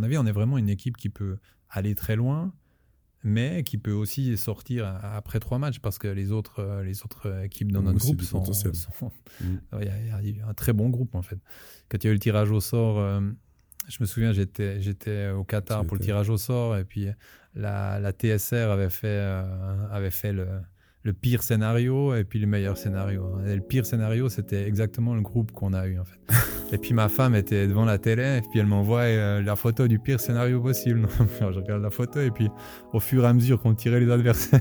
avis, on est vraiment une équipe qui peut aller très loin, mais qui peut aussi sortir après 3 matchs, parce que les autres équipes dans notre groupe sont il y a un très bon groupe, en fait. Quand il y a eu le tirage au sort, je me souviens, j'étais au Qatar pour le tirage au sort, et puis la TSR avait fait le pire scénario et puis le meilleur scénario. Et le pire scénario, c'était exactement le groupe qu'on a eu, en fait. Et puis ma femme était devant la télé, et puis elle m'envoie la photo du pire scénario possible. Je regarde la photo, et puis au fur et à mesure qu'on tirait les adversaires,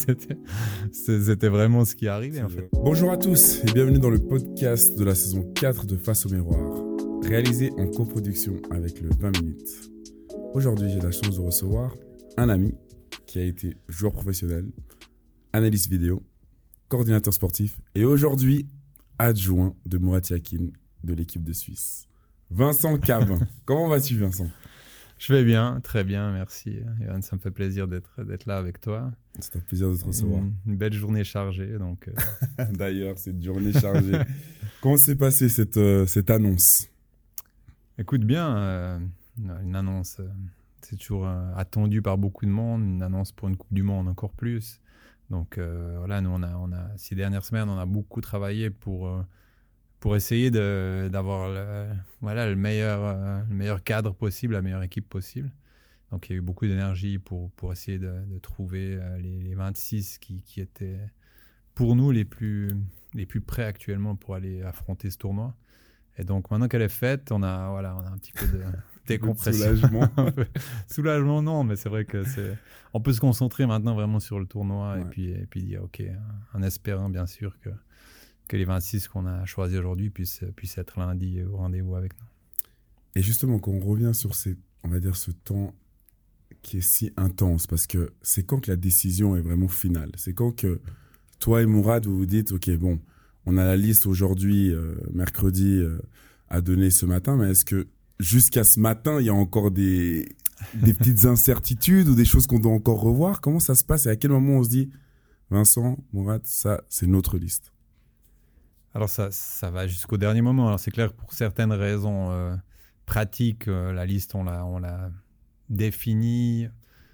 c'était vraiment ce qui arrivait, en fait. Bonjour à tous et bienvenue dans le podcast de la saison 4 de Face au miroir, réalisé en coproduction avec le 20 minutes. Aujourd'hui, j'ai la chance de recevoir un ami qui a été joueur professionnel, analyste vidéo, coordinateur sportif et aujourd'hui adjoint de Murat Yakin de l'équipe de Suisse. Vincent Cabin. Comment vas-tu, Vincent ? Je vais bien, très bien, merci. Yohan, ça me fait plaisir d'être là avec toi. C'est un plaisir de te recevoir. Une belle journée chargée. Donc, D'ailleurs, cette journée chargée. Comment s'est passée cette annonce ? Écoute bien, une annonce, c'est toujours attendu par beaucoup de monde. Une annonce pour une Coupe du Monde encore plus. Donc voilà, nous, ces dernières semaines, on a beaucoup travaillé pour essayer d'avoir le meilleur cadre possible, la meilleure équipe possible. Donc il y a eu beaucoup d'énergie pour essayer de trouver les 26 qui étaient pour nous les plus prêts actuellement pour aller affronter ce tournoi. Et donc maintenant qu'elle est faite, on a un petit peu de décompression. Soulagement. Soulagement, non, mais c'est vrai que on peut se concentrer maintenant vraiment sur le tournoi, ouais. et puis dire ok, en espérant bien sûr que les 26 qu'on a choisis aujourd'hui puissent être lundi au rendez-vous avec nous. Et justement, quand on revient sur ce temps qui est si intense, parce que c'est quand que la décision est vraiment finale. C'est quand que toi et Mourad, vous vous dites, ok, bon, on a la liste aujourd'hui, mercredi, à donner ce matin, mais est-ce que jusqu'à ce matin, il y a encore des petites incertitudes ou des choses qu'on doit encore revoir ? Comment ça se passe et à quel moment on se dit, Vincent, Mourad, ça, c'est notre liste ? Alors ça va jusqu'au dernier moment. Alors c'est clair que pour certaines raisons pratiques, la liste on l'a définie,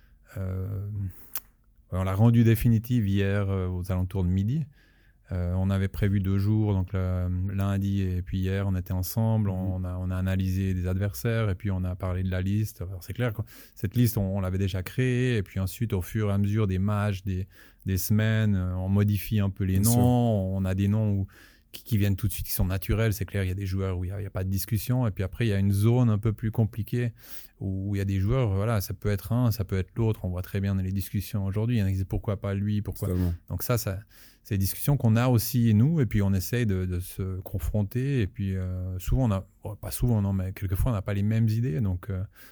on l'a rendue définitive hier aux alentours de midi. On avait prévu 2 jours, donc lundi et puis hier on était ensemble, on a analysé des adversaires et puis on a parlé de la liste. Alors c'est clair que cette liste on l'avait déjà créée, et puis ensuite au fur et à mesure des matchs, des semaines, on modifie un peu les noms. On a des noms qui viennent tout de suite, qui sont naturels. C'est clair, il y a des joueurs où il n'y a pas de discussion, et puis après il y a une zone un peu plus compliquée où il y a des joueurs, voilà, ça peut être un, ça peut être l'autre. On voit très bien dans les discussions aujourd'hui, il y en a qui disent pourquoi pas lui, pourquoi. Totalement. Donc ça c'est des discussions qu'on a aussi nous, et puis on essaye de se confronter, et puis souvent pas souvent non, mais quelquefois on n'a pas les mêmes idées, donc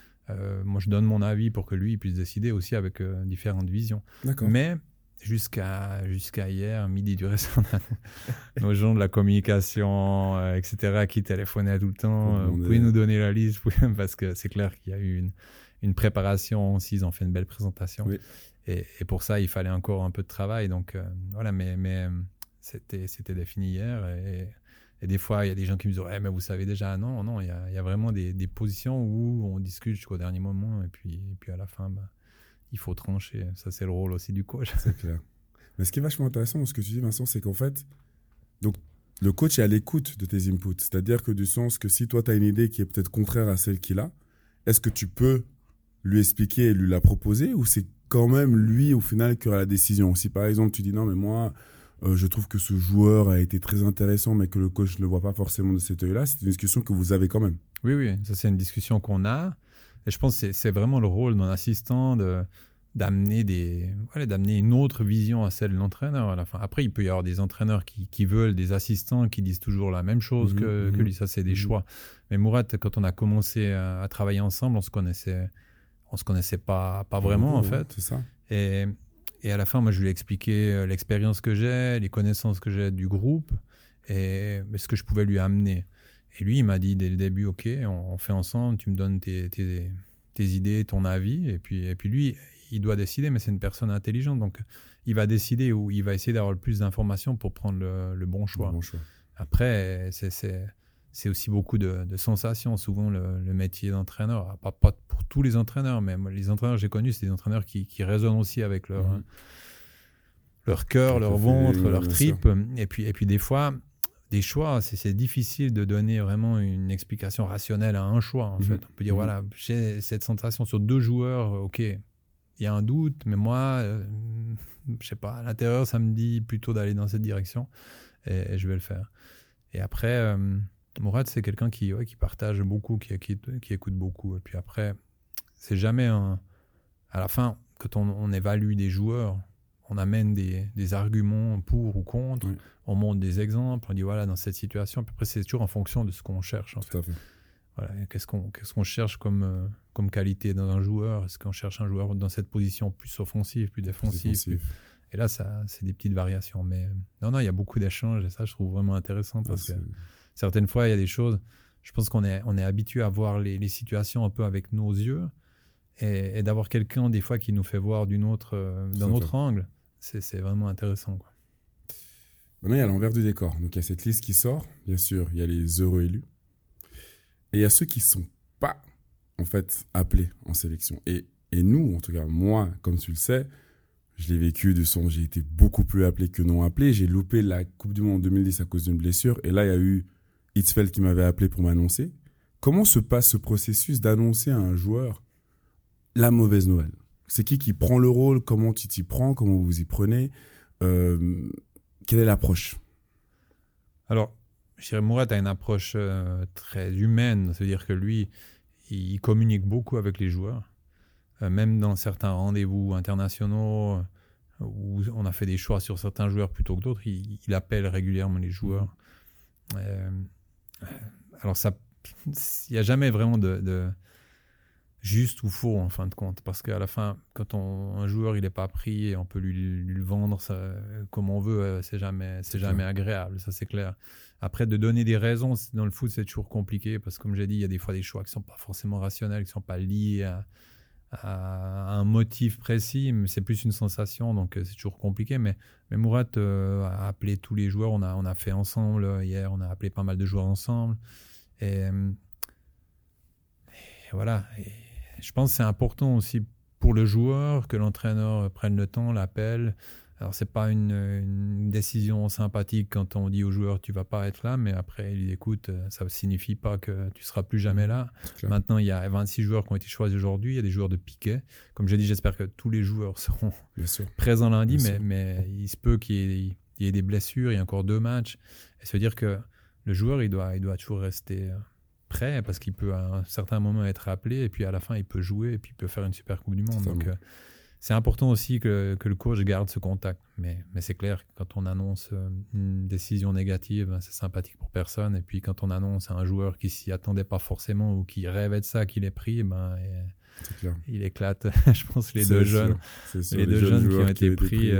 moi je donne mon avis pour que lui il puisse décider aussi avec différentes visions. D'accord. Mais jusqu'à hier midi du reste, on a nos gens de la communication, etc., qui téléphonaient tout le temps. Vous pouvez nous donner la liste, parce que c'est clair qu'il y a eu une préparation aussi, ils ont fait une belle présentation. Oui. Et pour ça, il fallait encore un peu de travail. Donc voilà, mais c'était défini hier. Et des fois, il y a des gens qui me disent « mais vous savez déjà ». Non, il y a vraiment des positions où on discute jusqu'au dernier moment. Et puis à la fin, il faut trancher. Ça, c'est le rôle aussi du coach. C'est clair. Mais ce qui est vachement intéressant dans ce que tu dis, Vincent, c'est qu'en fait, donc, le coach est à l'écoute de tes inputs. C'est-à-dire que du sens que si toi, tu as une idée qui est peut-être contraire à celle qu'il a, est-ce que tu peux lui expliquer et lui la proposer, ou c'est quand même lui, au final, qui aura la décision ? Si par exemple, tu dis non, mais moi, je trouve que ce joueur a été très intéressant, mais que le coach ne le voit pas forcément de cet œil-là, c'est une discussion que vous avez quand même. Oui, ça c'est une discussion qu'on a. Et je pense que c'est vraiment le rôle d'un assistant d'amener une autre vision à celle de l'entraîneur à la fin. Après, il peut y avoir des entraîneurs qui veulent des assistants qui disent toujours la même chose que lui. Ça, c'est des choix. Mais Mourad, quand on a commencé à travailler ensemble, on se connaissait pas vraiment, en fait. C'est ça. Et à la fin, moi, je lui ai expliqué l'expérience que j'ai, les connaissances que j'ai du groupe, et ce que je pouvais lui amener. Et lui, il m'a dit dès le début, ok, on fait ensemble, tu me donnes tes idées, ton avis, et puis lui, il doit décider, mais c'est une personne intelligente, donc il va décider, ou il va essayer d'avoir le plus d'informations pour prendre le bon choix. Le bon choix. Après, c'est c'est aussi beaucoup de sensations. Souvent, le métier d'entraîneur, pas pour tous les entraîneurs, mais les entraîneurs que j'ai connus, c'est des entraîneurs qui résonnent aussi avec leur cœur, leur ventre, leur tripes. Et puis des fois, des choix, c'est difficile de donner vraiment une explication rationnelle à un choix. En fait. On peut dire, voilà, j'ai cette sensation sur 2 joueurs, ok, il y a un doute, mais moi, je sais pas, à l'intérieur, ça me dit plutôt d'aller dans cette direction et je vais le faire. Et après... Mourad, c'est quelqu'un qui partage beaucoup, qui écoute beaucoup. Et puis après, c'est jamais à la fin, quand on évalue des joueurs, on amène des arguments pour ou contre, on montre des exemples, on dit voilà, dans cette situation. Puis après, c'est toujours en fonction de ce qu'on cherche. Tout à fait. Voilà, qu'est-ce qu'on cherche comme qualité dans un joueur? Est-ce qu'on cherche un joueur dans cette position plus offensive, plus défensive? Et là, c'est des petites variations. Mais non, il y a beaucoup d'échanges et ça, je trouve vraiment intéressant parce que certaines fois, il y a des choses, je pense qu'on est habitué à voir les situations un peu avec nos yeux et d'avoir quelqu'un, des fois, qui nous fait voir d'un autre angle. C'est vraiment intéressant, quoi. Maintenant, il y a l'envers du décor. Donc, il y a cette liste qui sort. Bien sûr, il y a les heureux élus. Et il y a ceux qui ne sont pas, en fait, appelés en sélection. Et nous, en tout cas, moi, comme tu le sais, je l'ai vécu j'ai été beaucoup plus appelé que non appelé. J'ai loupé la Coupe du Monde en 2010 à cause d'une blessure. Et là, il y a eu Hitzfeld qui m'avait appelé pour m'annoncer. Comment se passe ce processus d'annoncer à un joueur la mauvaise nouvelle? C'est qui prend le rôle? Comment tu t'y prends? Comment vous y prenez? Quelle est l'approche? Alors, je dirais Mourad a une approche très humaine. C'est-à-dire que lui, il communique beaucoup avec les joueurs. Même dans certains rendez-vous internationaux où on a fait des choix sur certains joueurs plutôt que d'autres, il appelle régulièrement les joueurs. Alors, il n'y a jamais vraiment de juste ou faux en fin de compte, parce qu'à la fin, quand un joueur il n'est pas pris et on peut lui le vendre comme on veut, c'est jamais agréable, ça c'est clair. Après, de donner des raisons dans le foot, c'est toujours compliqué, parce que comme j'ai dit, il y a des fois des choix qui ne sont pas forcément rationnels, qui ne sont pas liés à un motif précis, mais c'est plus une sensation, donc c'est toujours compliqué. Mais Mourad a appelé tous les joueurs, on a fait ensemble, hier on a appelé pas mal de joueurs ensemble, et voilà. Et je pense que c'est important aussi pour le joueur que l'entraîneur prenne le temps, l'appelle. Alors, ce n'est pas une décision sympathique quand on dit au joueur « tu ne vas pas être là », mais après, il dit « écoute, ça ne signifie pas que tu ne seras plus jamais là ». Maintenant, il y a 26 joueurs qui ont été choisis aujourd'hui. Il y a des joueurs de piquet. Comme j'ai dit, j'espère que tous les joueurs seront présents lundi, mais il se peut qu'il y ait des blessures. Il y a encore 2 matchs. Et ça veut dire que le joueur, il doit toujours rester prêt, parce qu'il peut à un certain moment être appelé et puis à la fin, il peut jouer et puis il peut faire une super Coupe du Monde. Donc, c'est important aussi que le coach garde ce contact. Mais c'est clair, quand on annonce une décision négative, c'est sympathique pour personne. Et puis quand on annonce à un joueur qui s'y attendait pas forcément ou qui rêvait de ça, qu'il est pris, il éclate. Je pense les deux jeunes qui ont été pris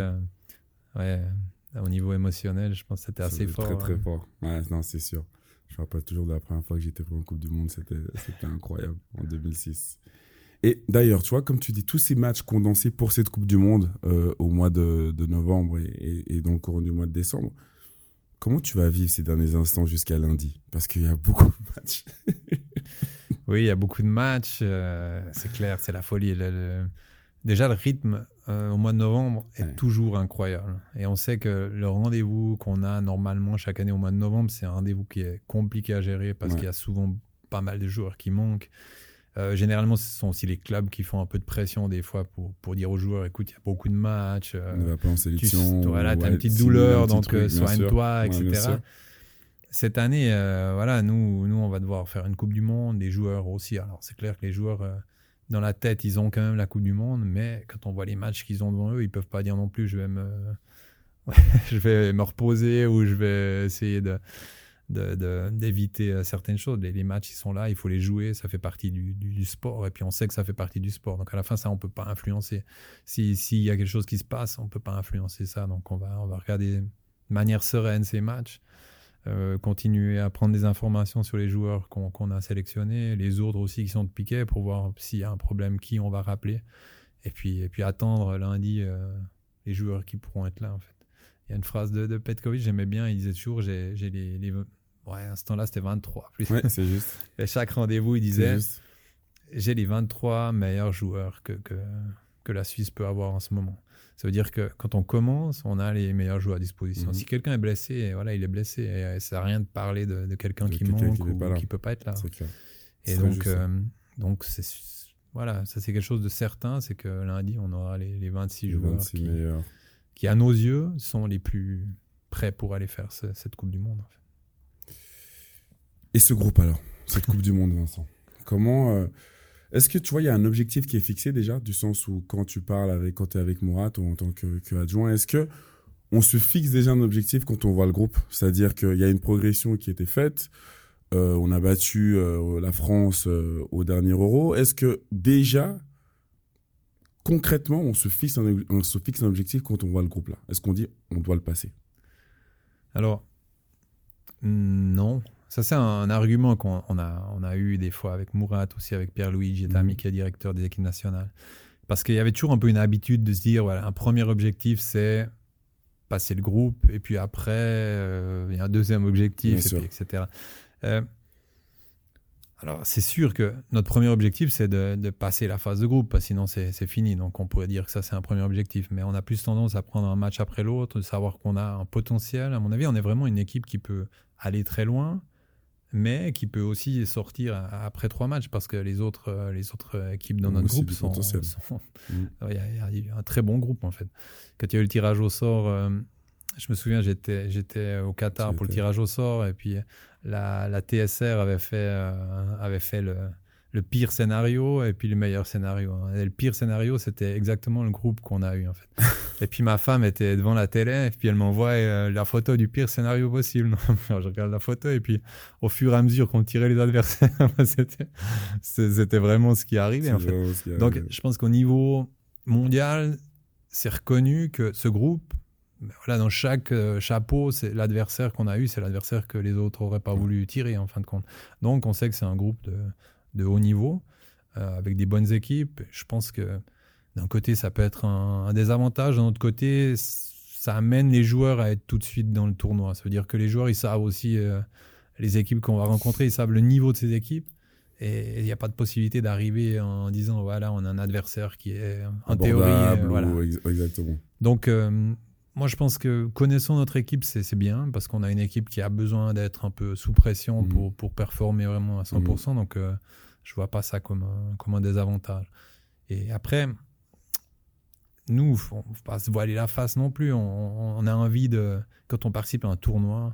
au niveau émotionnel, je pense que c'était assez fort. Très, très fort. Ouais, non, c'est sûr. Je me rappelle toujours de la première fois que j'étais pour une Coupe du Monde, c'était incroyable, en 2006. Et d'ailleurs, tu vois, comme tu dis, tous ces matchs condensés pour cette Coupe du Monde au mois de novembre et dans le courant du mois de décembre, comment tu vas vivre ces derniers instants jusqu'à lundi? Parce qu'il y a beaucoup de matchs. Oui, il y a beaucoup de matchs, c'est clair, c'est la folie. Déjà, le rythme au mois de novembre est toujours incroyable. Et on sait que le rendez-vous qu'on a normalement chaque année au mois de novembre, c'est un rendez-vous qui est compliqué à gérer parce qu'il y a souvent pas mal de joueurs qui manquent. Généralement, ce sont aussi les clubs qui font un peu de pression des fois pour dire aux joueurs, écoute, il y a beaucoup de matchs. On va pas en sélection. Tu as une petite douleur, donc soigne-toi, etc. Cette année, nous, on va devoir faire une Coupe du Monde, les joueurs aussi. Alors, c'est clair que les joueurs, dans la tête, ils ont quand même la Coupe du Monde, mais quand on voit les matchs qu'ils ont devant eux, ils peuvent pas dire non plus, je vais me reposer ou je vais essayer d'éviter certaines choses. Les matchs, ils sont là, il faut les jouer, ça fait partie du sport, et puis on sait que ça fait partie du sport. Donc à la fin, ça, on peut pas influencer. S'il y a quelque chose qui se passe, on peut pas influencer ça. Donc on va regarder de manière sereine ces matchs, continuer à prendre des informations sur les joueurs qu'on a sélectionnés, les autres aussi qui sont de piquet, pour voir s'il y a un problème, qui on va rappeler, et puis attendre lundi les joueurs qui pourront être là, en fait. Il y a une phrase de Petkovic, j'aimais bien, il disait toujours, Ouais, à ce temps-là, c'était 23. Ouais, c'est juste. Et chaque rendez-vous, il disait j'ai les 23 meilleurs joueurs que la Suisse peut avoir en ce moment. Ça veut dire que quand on commence, on a les meilleurs joueurs à disposition. Si quelqu'un est blessé, voilà, il est blessé. Et ça sert à rien de parler de quelqu'un qui manque ou qui ne peut pas être là. C'est clair. Et donc voilà, ça c'est quelque chose de certain, c'est que lundi, on aura les 26 joueurs qui, à nos yeux, sont les plus prêts pour aller faire cette Coupe du Monde. En fait. Et ce groupe alors, cette Coupe du Monde, Vincent, comment... Est-ce que tu vois, il y a un objectif qui est fixé déjà, du sens où quand tu parles quand tu es avec Mourad ou en tant qu'adjoint, est-ce que on se fixe déjà un objectif quand on voit le groupe? C'est-à-dire qu'il y a une progression qui a été faite, on a battu la France au dernier Euro. Est-ce que déjà, concrètement, on se fixe un objectif quand on voit le groupe là? Est-ce qu'on dit on doit le passer? Alors, non. Ça, c'est un argument qu'on a eu des fois avec Mourad, aussi avec Pierre-Louis Gétami, qui est directeur des équipes nationales. Parce qu'il y avait toujours un peu une habitude de se dire, voilà, un premier objectif, c'est passer le groupe, et puis après, il y a un deuxième objectif, puis, etc. Alors, c'est sûr que notre premier objectif, c'est de passer la phase de groupe, parce que sinon, c'est fini. Donc, on pourrait dire que ça, c'est un premier objectif. Mais on a plus tendance à prendre un match après l'autre, de savoir qu'on a un potentiel. À mon avis, on est vraiment une équipe qui peut aller très loin, mais qui peut aussi sortir après 3 matchs, parce que les autres équipes dans notre groupe sont il y a un très bon groupe, en fait. Quand il y a eu le tirage au sort, je me souviens, j'étais au Qatar pour le tirage au sort, et puis la TSR avait fait le pire scénario et puis le meilleur scénario. Et le pire scénario, c'était exactement le groupe qu'on a eu, en fait. Et puis ma femme était devant la télé, et puis elle m'envoie la photo du pire scénario possible. Alors, je regarde la photo, et puis au fur et à mesure qu'on tirait les adversaires, c'était vraiment ce qui arrivait, en fait. Donc, je pense qu'au niveau mondial, c'est reconnu que ce groupe, voilà, dans chaque chapeau, c'est l'adversaire qu'on a eu, c'est l'adversaire que les autres n'auraient pas voulu tirer, en fin de compte. Donc, on sait que c'est un groupe de haut niveau, avec des bonnes équipes. Je pense que d'un côté, ça peut être un désavantage. D'un autre côté, ça amène les joueurs à être tout de suite dans le tournoi. Ça veut dire que les joueurs, ils savent aussi, les équipes qu'on va rencontrer, ils savent le niveau de ces équipes. Et il n'y a pas de possibilité d'arriver en disant, voilà, on a un adversaire qui est en théorie. Voilà. Exactement. Donc, moi, je pense que connaissant notre équipe, c'est bien, parce qu'on a une équipe qui a besoin d'être un peu sous pression pour performer vraiment à 100%. Donc, je ne vois pas ça comme un désavantage. Et après, nous, on ne faut pas se voiler la face non plus. On a envie quand on participe à un tournoi,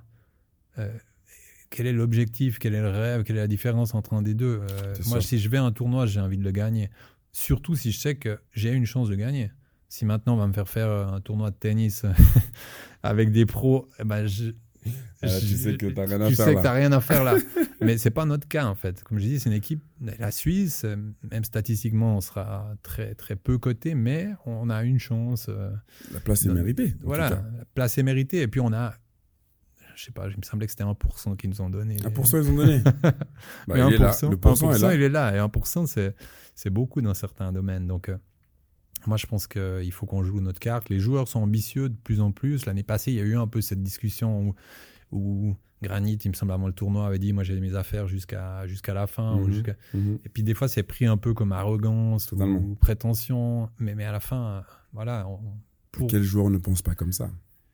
quel est l'objectif, quel est le rêve, quelle est la différence entre un des deux? Moi, si je vais à un tournoi, j'ai envie de le gagner. Surtout si je sais que j'ai une chance de gagner. Si maintenant on va me faire un tournoi de tennis avec des pros, tu sais que tu n'as rien à faire là. Tu sais que tu n'as rien à faire là. Mais ce n'est pas notre cas, en fait. Comme je dis, c'est une équipe, la Suisse, même statistiquement, on sera très, très peu coté, mais on a une chance. La place est méritée. Voilà, la place est méritée. Et puis on a, je ne sais pas, il me semblait que c'était 1% qu'ils nous ont donné. 1% ils ont donné. Mais 1%, il est là. Le pourcent est là. Il est là. Et 1%, c'est beaucoup dans certains domaines. Donc, moi, je pense qu'il faut qu'on joue notre carte. Les joueurs sont ambitieux de plus en plus. L'année passée, il y a eu un peu cette discussion où Granit, il me semble, avant le tournoi, avait dit « Moi, j'ai mes affaires jusqu'à la fin. » Et puis, des fois, c'est pris un peu comme arrogance ou prétention. Mais à la fin, voilà. Quel joueur ne pense pas comme ça?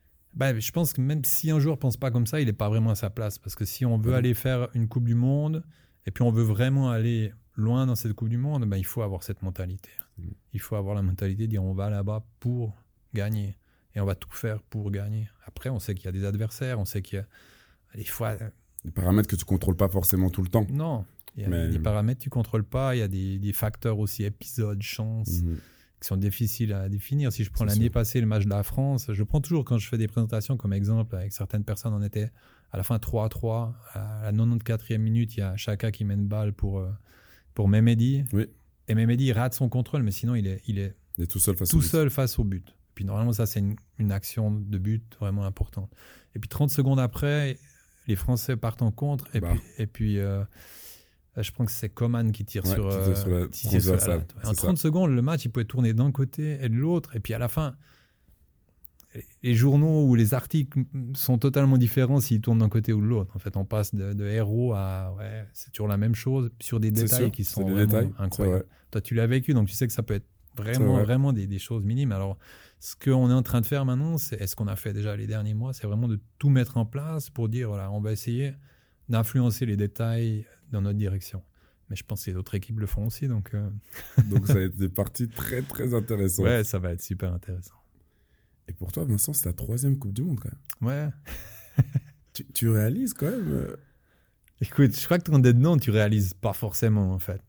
Je pense que même si un joueur ne pense pas comme ça, il n'est pas vraiment à sa place. Parce que si on veut aller faire une Coupe du Monde, et puis on veut vraiment aller loin dans cette Coupe du Monde, il faut avoir cette mentalité. Il faut avoir la mentalité de dire on va là-bas pour gagner. Et on va tout faire pour gagner. Après, on sait qu'il y a des adversaires, on sait qu'il y a des fois... Des paramètres que tu ne contrôles pas forcément tout le temps. Non, il y a des paramètres que tu ne contrôles pas. Il y a des facteurs aussi, épisodes, chance, qui sont difficiles à définir. Si je prends l'année passée, le match de la France, je prends toujours quand je fais des présentations comme exemple, avec certaines personnes, on était à la fin 3-3. À la 94e minute, il y a Chaka qui mène balle pour Mehmedi. Oui. Et Mehmedi rate son contrôle, mais sinon il est tout seul face au but. Puis normalement, ça, c'est une action de but vraiment importante. Et puis 30 secondes après, les Français partent en contre. Et puis je pense que c'est Coman qui tire sur la transversale. En 30 secondes, le match, il pouvait tourner d'un côté et de l'autre. Et puis à la fin, les journaux ou les articles sont totalement différents s'ils tournent d'un côté ou de l'autre. En fait, on passe de héros à c'est toujours la même chose sur des détails qui sont vraiment incroyables. Toi, tu l'as vécu, donc tu sais que ça peut être vraiment des choses minimes. Alors, ce qu'on est en train de faire maintenant, c'est ce qu'on a fait déjà les derniers mois, c'est vraiment de tout mettre en place pour dire, voilà, on va essayer d'influencer les détails dans notre direction. Mais je pense que les autres équipes le font aussi. Donc ça va être des parties très, très intéressantes. Ouais, ça va être super intéressant. Et pour toi, Vincent, c'est ta 3e Coupe du Monde, quand même. Ouais. tu réalises quand même Écoute, je crois que quand t'es dedans, tu réalises pas forcément, en fait.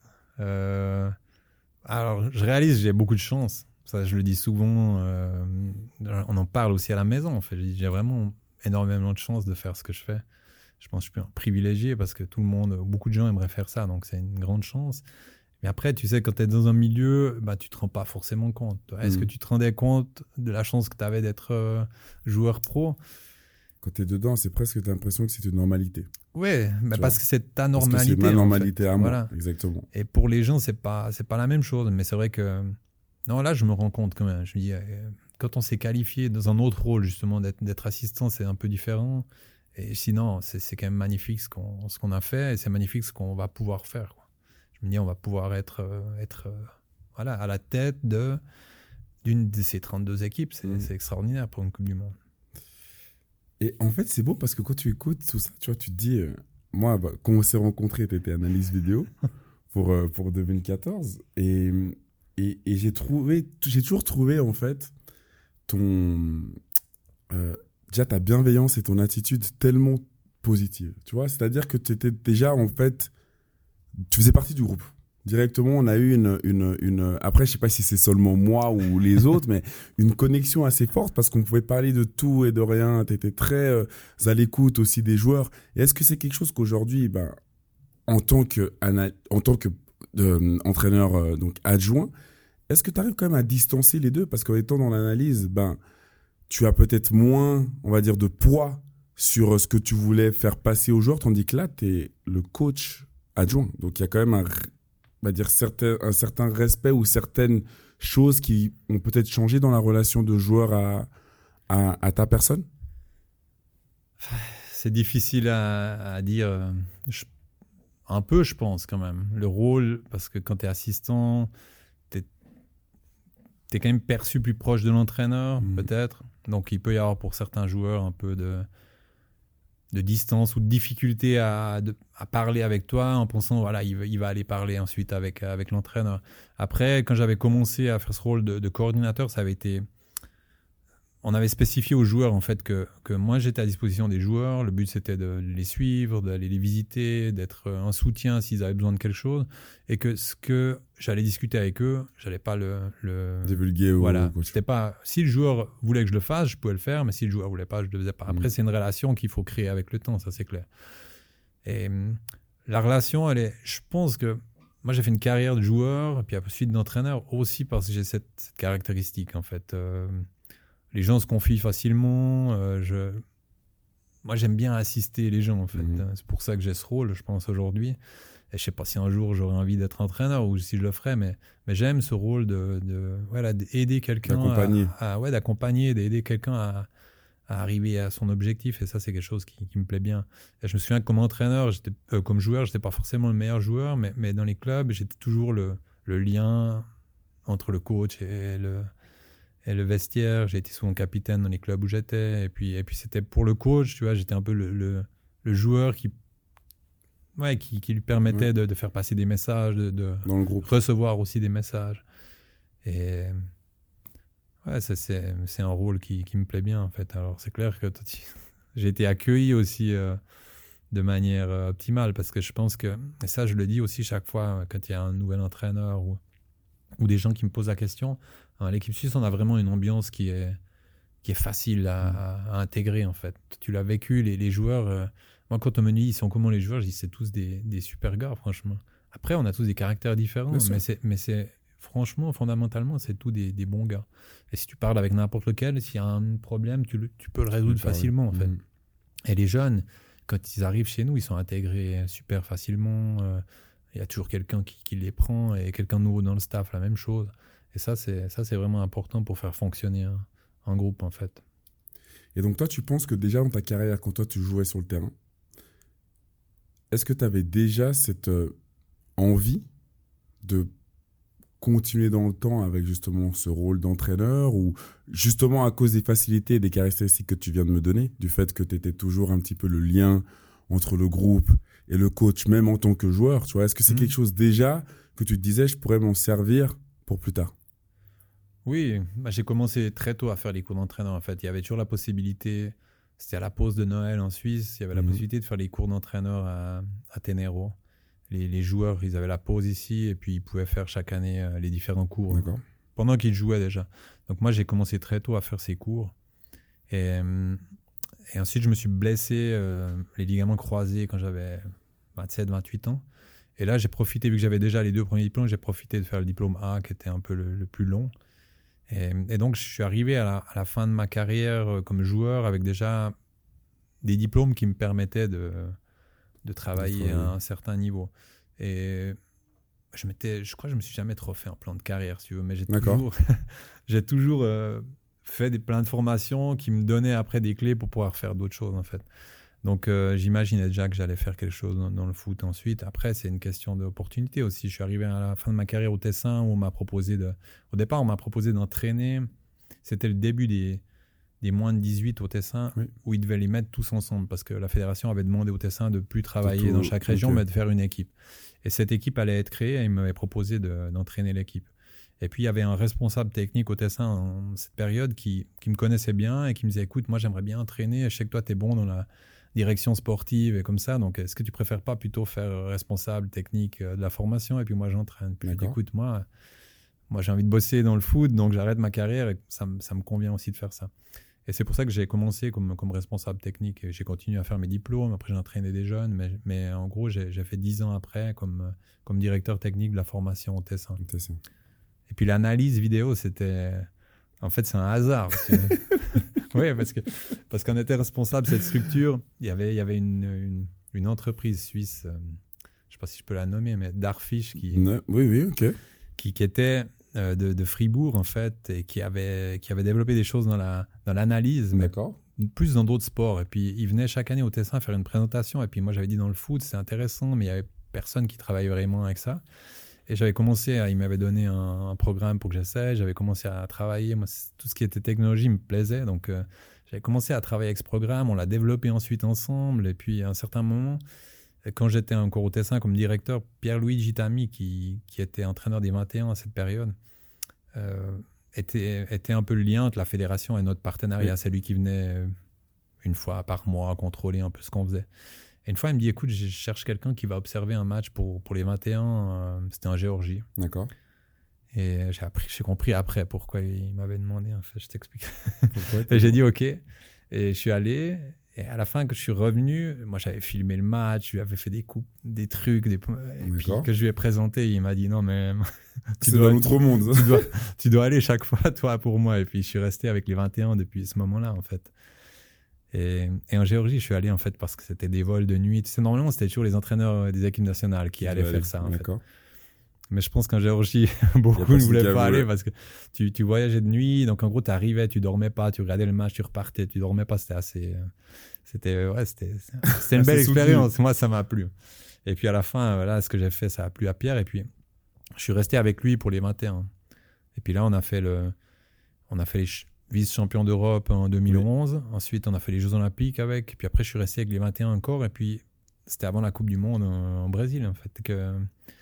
Alors, je réalise, j'ai beaucoup de chance. Ça, je le dis souvent. On en parle aussi à la maison, en fait. J'ai vraiment énormément de chance de faire ce que je fais. Je pense que je suis un privilégié parce que beaucoup de gens aimeraient faire ça, donc c'est une grande chance. Mais après, tu sais, quand tu es dans un milieu, tu te rends pas forcément compte. Est-ce que tu te rendais compte de la chance que tu avais d'être joueur pro? Quand tu es dedans, c'est presque, tu as l'impression que c'est une normalité. Oui, parce que c'est ta normalité. Parce que c'est ma normalité en fait. à moi, voilà. Exactement. Et pour les gens, c'est pas la même chose. Mais c'est vrai que... Non, là, je me rends compte quand même. Je me dis, quand on s'est qualifié dans un autre rôle, justement, d'être assistant, c'est un peu différent. Et sinon, c'est quand même magnifique ce qu'on a fait et c'est magnifique ce qu'on va pouvoir faire, quoi. Je me dis, on va pouvoir être à la tête d'une de ces 32 équipes. C'est extraordinaire pour une Coupe du Monde. Et en fait, c'est beau parce que quand tu écoutes tout ça, tu vois, tu te dis, moi, quand on s'est rencontrés, tu étais analyste vidéo pour 2014 et j'ai toujours trouvé, en fait, déjà ta bienveillance et ton attitude tellement positive, tu vois, c'est-à-dire que tu étais déjà, en fait, tu faisais partie du groupe. Directement, on a eu une après, je sais pas si c'est seulement moi ou les autres, mais une connexion assez forte parce qu'on pouvait parler de tout et de rien. Tu étais très à l'écoute aussi des joueurs. Et est-ce que c'est quelque chose qu'aujourd'hui, en tant que entraîneur donc adjoint, est-ce que tu arrives quand même à distancer les deux? Parce qu'en étant dans l'analyse, tu as peut-être moins, on va dire, de poids sur ce que tu voulais faire passer aux joueurs, tandis que là, tu es le coach adjoint. Donc, il y a quand même un certain respect ou certaines choses qui ont peut-être changé dans la relation de joueur à ta personne. C'est difficile à dire. Un peu, je pense, quand même. Le rôle, parce que quand tu es assistant, tu es quand même perçu plus proche de l'entraîneur, peut-être. Donc, il peut y avoir pour certains joueurs un peu de distance ou de difficulté à parler avec toi en pensant voilà il va aller parler ensuite avec l'entraîneur. Après, quand j'avais commencé à faire ce rôle de coordinateur, ça avait été... On avait spécifié aux joueurs en fait que moi j'étais à disposition des joueurs. Le but c'était de les suivre, d'aller les visiter, d'être un soutien s'ils avaient besoin de quelque chose, et que ce que j'allais discuter avec eux, j'allais pas le divulguer. Voilà, c'était pas, si le joueur voulait que je le fasse, je pouvais le faire, mais si le joueur voulait pas, je le faisais pas. Après, c'est une relation qu'il faut créer avec le temps, ça c'est clair. Et la relation, je pense que moi j'ai fait une carrière de joueur, puis ensuite d'entraîneur aussi parce que j'ai cette caractéristique en fait. Les gens se confient facilement. Moi, j'aime bien assister les gens, en fait. C'est pour ça que j'ai ce rôle, je pense, aujourd'hui. Et je ne sais pas si un jour j'aurais envie d'être entraîneur ou si je le ferais, mais j'aime ce rôle d'aider quelqu'un. D'accompagner, d'aider quelqu'un à arriver à son objectif. Et ça, c'est quelque chose qui me plaît bien. Et je me souviens que comme entraîneur, comme joueur, je n'étais pas forcément le meilleur joueur, mais dans les clubs, j'étais toujours le lien entre le coach et le vestiaire. J'ai été souvent capitaine dans les clubs où j'étais, et puis c'était pour le coach, tu vois, j'étais un peu le joueur qui lui permettait de faire passer des messages, dans le groupe, recevoir aussi des messages. Et c'est un rôle qui me plaît bien en fait. Alors c'est clair que j'ai été accueilli aussi de manière optimale, parce que je pense que, et ça je le dis aussi chaque fois quand il y a un nouvel entraîneur ou des gens qui me posent la question, l'équipe suisse, on a vraiment une ambiance qui est facile à intégrer, en fait. Tu l'as vécu, les joueurs... moi, quand on me dit, ils sont comment les joueurs, je dis, c'est tous des super gars, franchement. Après, on a tous des caractères différents, mais c'est franchement, fondamentalement, c'est tous des bons gars. Et si tu parles avec n'importe lequel, s'il y a un problème, tu peux le résoudre facilement, en fait. Et les jeunes, quand ils arrivent chez nous, ils sont intégrés super facilement. Il y a toujours quelqu'un qui les prend, et quelqu'un de nouveau dans le staff, la même chose. Et ça, c'est vraiment important pour faire fonctionner un groupe, en fait. Et donc, toi, tu penses que déjà dans ta carrière, quand toi, tu jouais sur le terrain, est-ce que tu avais déjà cette envie de continuer dans le temps avec justement ce rôle d'entraîneur, ou justement à cause des facilités et des caractéristiques que tu viens de me donner, du fait que tu étais toujours un petit peu le lien entre le groupe et le coach, même en tant que joueur, tu vois, est-ce que c'est quelque chose déjà que tu te disais, je pourrais m'en servir pour plus tard? Oui, j'ai commencé très tôt à faire les cours d'entraîneur. En fait, il y avait toujours la possibilité, c'était à la pause de Noël en Suisse, il y avait la possibilité de faire les cours d'entraîneur à Tenero. Les joueurs, ils avaient la pause ici et puis ils pouvaient faire chaque année les différents cours pendant qu'ils jouaient déjà. Donc moi, j'ai commencé très tôt à faire ces cours. Et ensuite, je me suis blessé les ligaments croisés quand j'avais 27, 28 ans. Et là, j'ai profité, vu que j'avais déjà les 2 premiers diplômes, j'ai profité de faire le diplôme A qui était un peu le plus long. Et donc, je suis arrivé à la fin de ma carrière comme joueur avec déjà des diplômes qui me permettaient de travailler à un certain niveau. Et je crois que je me suis jamais trop fait un plan de carrière, si tu veux, mais j'ai toujours fait plein de formations qui me donnaient après des clés pour pouvoir faire d'autres choses, en fait. Donc, j'imaginais déjà que j'allais faire quelque chose dans le foot ensuite. Après, c'est une question d'opportunité aussi. Je suis arrivé à la fin de ma carrière au Tessin où au départ, on m'a proposé d'entraîner. C'était le début des moins de 18 au Tessin, où ils devaient les mettre tous ensemble parce que la fédération avait demandé au Tessin de ne plus travailler dans chaque région, mais de faire une équipe. Et cette équipe allait être créée et ils m'avaient proposé d'entraîner l'équipe. Et puis, il y avait un responsable technique au Tessin en cette période qui me connaissait bien et qui me disait « Écoute, moi, j'aimerais bien entraîner. Je sais que toi, tu es bon dans la direction sportive et comme ça. Donc, est-ce que tu préfères pas plutôt faire responsable technique de la formation et puis moi, j'entraîne ?» Puis, écoute, moi, j'ai envie de bosser dans le foot, donc j'arrête ma carrière et ça me convient aussi de faire ça. Et c'est pour ça que j'ai commencé comme responsable technique. Et j'ai continué à faire mes diplômes. Après, j'ai entraîné des jeunes. Mais en gros, j'ai fait 10 ans après comme directeur technique de la formation au Tessin. Et puis l'analyse vidéo, c'était... En fait, c'est un hasard. Oui, parce qu'on était responsable de cette structure. Il y avait une entreprise suisse, je ne sais pas si je peux la nommer, mais Darfish qui était... de Fribourg en fait, et qui avait développé des choses dans l'analyse, mais plus dans d'autres sports. Et puis il venait chaque année au Tessin faire une présentation, et puis moi j'avais dit dans le foot c'est intéressant, mais il y avait personne qui travaillait vraiment avec ça. Et j'avais commencé il m'avait donné un programme pour que j'essaie. J'avais commencé à travailler, moi tout ce qui était technologie me plaisait, donc j'avais commencé à travailler avec ce programme. On l'a développé ensuite ensemble, et puis à un certain moment, quand j'étais encore au Tessin comme directeur, Pierre-Louis Gitami, qui était entraîneur des 21 à cette période, était un peu le lien entre la fédération et notre partenariat. C'est lui qui venait une fois par mois contrôler un peu ce qu'on faisait. Et une fois, il me dit, écoute, je cherche quelqu'un qui va observer un match pour les 21. C'était en Géorgie. D'accord. Et j'ai compris après pourquoi il m'avait demandé. En fait, je t'explique. Et j'ai dit OK. Et je suis allé. Et à la fin, que je suis revenu, moi, j'avais filmé le match, je lui avais fait des trucs, et puis que je lui ai présenté, il m'a dit non, mais tu dois l'autre monde. tu dois aller chaque fois, toi, pour moi. Et puis, je suis resté avec les 21 depuis ce moment-là, en fait. Et en Géorgie, je suis allé, en fait, parce que c'était des vols de nuit. Tu sais, normalement, c'était toujours les entraîneurs des équipes nationales qui allaient faire ça, en fait. Mais je pense qu'en Géorgie, beaucoup ne voulaient pas aller parce que tu voyageais de nuit. Donc, en gros, tu arrivais, tu dormais pas, tu regardais le match, tu repartais, tu dormais pas. C'était assez... C'était une belle expérience. Moi, ça m'a plu. Et puis, à la fin, là, ce que j'ai fait, ça a plu à Pierre. Et puis, je suis resté avec lui pour les 21. Et puis là, on a fait les vice-champions d'Europe en 2011. Oui. Ensuite, on a fait les Jeux Olympiques avec. Et puis après, je suis resté avec les 21 encore. Et puis, c'était avant la Coupe du Monde en Brésil, en fait, que...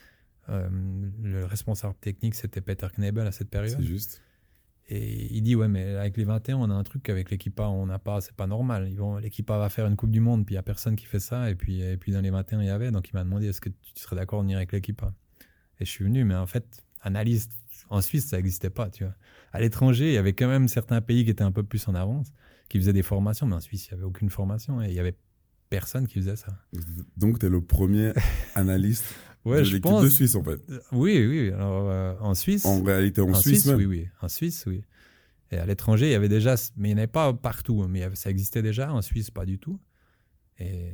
le responsable technique, c'était Peter Knebel à cette période. C'est juste. Et il dit, ouais, mais avec les 21, on a un truc qu'avec l'équipa, on n'a pas, c'est pas normal. L'équipa va faire une Coupe du Monde, puis il n'y a personne qui fait ça. Et puis dans les 21, il y avait. Donc il m'a demandé, est-ce que tu serais d'accord de venir avec l'équipa? Et je suis venu, mais en fait, analyste, en Suisse, ça n'existait pas, tu vois. À l'étranger, il y avait quand même certains pays qui étaient un peu plus en avance, qui faisaient des formations, mais en Suisse, il n'y avait aucune formation et il n'y avait personne qui faisait ça. Donc, tu es le premier analyste de l'équipe de Suisse, en fait. Oui. Alors, en Suisse... En réalité, en Suisse même. Oui. En Suisse, oui. Et à l'étranger, il y avait déjà... Mais il n'y en avait pas partout. Mais ça existait déjà. En Suisse, pas du tout. Et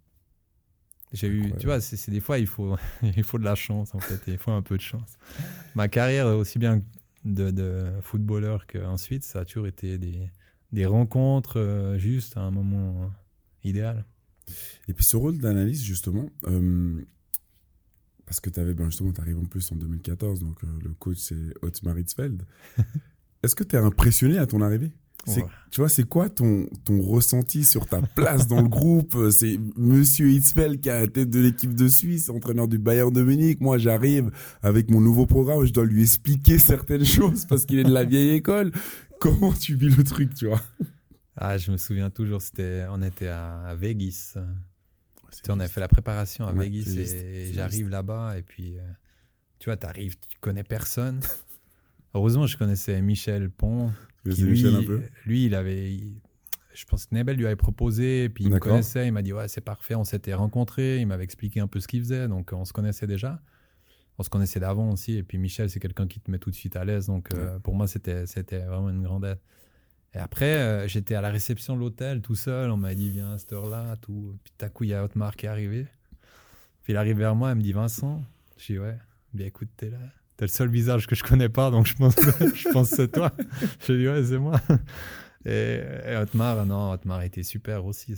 j'ai eu... Tu vois, c'est des fois, il faut de la chance, en fait. Il faut un peu de chance. Ma carrière, aussi bien de footballeur qu'ensuite, ça a toujours été des rencontres juste à un moment idéal. Et puis ce rôle d'analyste, justement, parce que tu arrives en plus en 2014, donc le coach c'est Otmar Hitzfeld. Est-ce que tu es impressionné à ton arrivée? Tu vois, c'est quoi ton ressenti sur ta place dans le groupe? C'est Monsieur Hitzfeld qui est à la tête de l'équipe de Suisse, entraîneur du Bayern de Munich. Moi, j'arrive avec mon nouveau programme, je dois lui expliquer certaines choses parce qu'il est de la vieille école. Comment tu vis le truc, tu vois? Je me souviens toujours, on était à Vegas. On avait fait la préparation à Vegas et j'arrive là-bas et puis tu vois, t'arrives, tu connais personne. Heureusement, je connaissais Michel Pont. Lui, je pense que Nebel lui avait proposé, puis il me connaissait, il m'a dit ouais, c'est parfait, on s'était rencontrés, il m'avait expliqué un peu ce qu'il faisait, donc on se connaissait déjà. On se connaissait d'avant aussi, et puis Michel, c'est quelqu'un qui te met tout de suite à l'aise, donc pour moi, c'était vraiment une grande aide. Et après, j'étais à la réception de l'hôtel tout seul, on m'a dit viens à cette heure-là, tout. Puis tout à coup, il y a Otmar qui est arrivé. Puis il arrive vers moi, il me dit Vincent. Je dis ouais, bien écoute, t'es là. T'es le seul visage que je connais pas, donc je pense que c'est toi. Je dis ouais, c'est moi. Et Otmar était super aussi.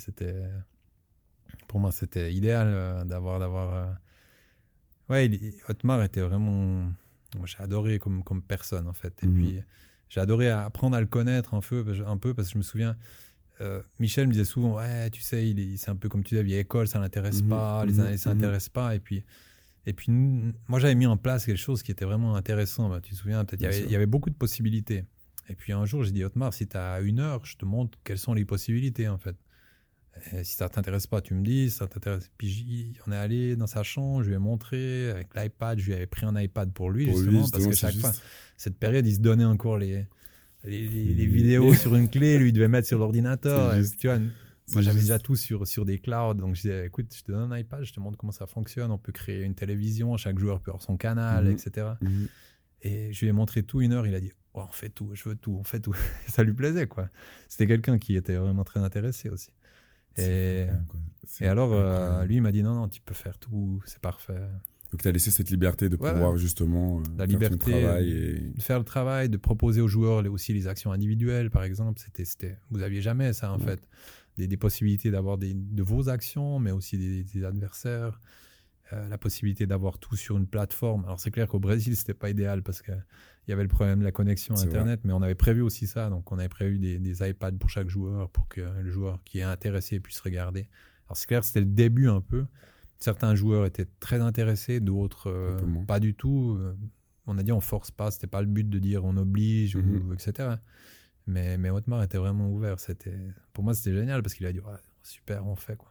Pour moi, c'était idéal d'avoir. Otmar était vraiment. Moi, j'ai adoré comme personne en fait. Et puis j'ai adoré apprendre à le connaître un peu parce que je me souviens. Michel me disait souvent ouais, tu sais, c'est un peu comme tu disais, vieille école, ça l'intéresse pas, les analystes ça l'intéresse pas. Et puis, moi, j'avais mis en place quelque chose qui était vraiment intéressant. Tu te souviens, peut-être, il y avait beaucoup de possibilités. Et puis, un jour, j'ai dit, Otmar, si tu as 1 heure, je te montre quelles sont les possibilités, en fait. Et si ça ne t'intéresse pas, tu me dis. Si ça t'intéresse. Puis, on est allé dans sa chambre, je lui ai montré avec l'iPad. Je lui avais pris un iPad pour lui, justement, parce que chaque fois, cette période, il se donnait encore les vidéos sur une clé. Lui, il devait mettre sur l'ordinateur. Tu vois, moi, j'avais déjà tout sur des clouds. Donc, je disais, écoute, je te donne un iPad, je te montre comment ça fonctionne. On peut créer une télévision, chaque joueur peut avoir son canal, etc. Et je lui ai montré tout 1 heure. Il a dit, oh, on fait tout, je veux tout, on fait tout. Ça lui plaisait, quoi. C'était quelqu'un qui était vraiment très intéressé aussi. Et alors, lui, il m'a dit, non, tu peux faire tout, c'est parfait. Donc, tu as laissé cette liberté de pouvoir justement la liberté, ton travail. De faire le travail, de proposer aux joueurs aussi les actions individuelles, par exemple. Vous n'aviez jamais ça, en fait. Des possibilités d'avoir de vos actions, mais aussi des adversaires. La possibilité d'avoir tout sur une plateforme. Alors, c'est clair qu'au Brésil, ce n'était pas idéal parce qu'il y avait le problème de la connexion Internet, mais on avait prévu aussi ça. Donc, on avait prévu des iPads pour chaque joueur pour que le joueur qui est intéressé puisse regarder. Alors, c'est clair, c'était le début un peu. Certains joueurs étaient très intéressés, d'autres pas du tout. On a dit on force pas, c'était pas le but de dire on oblige, etc. Mais Otmar était vraiment ouvert. Pour moi, c'était génial parce qu'il a dit super, on fait quoi.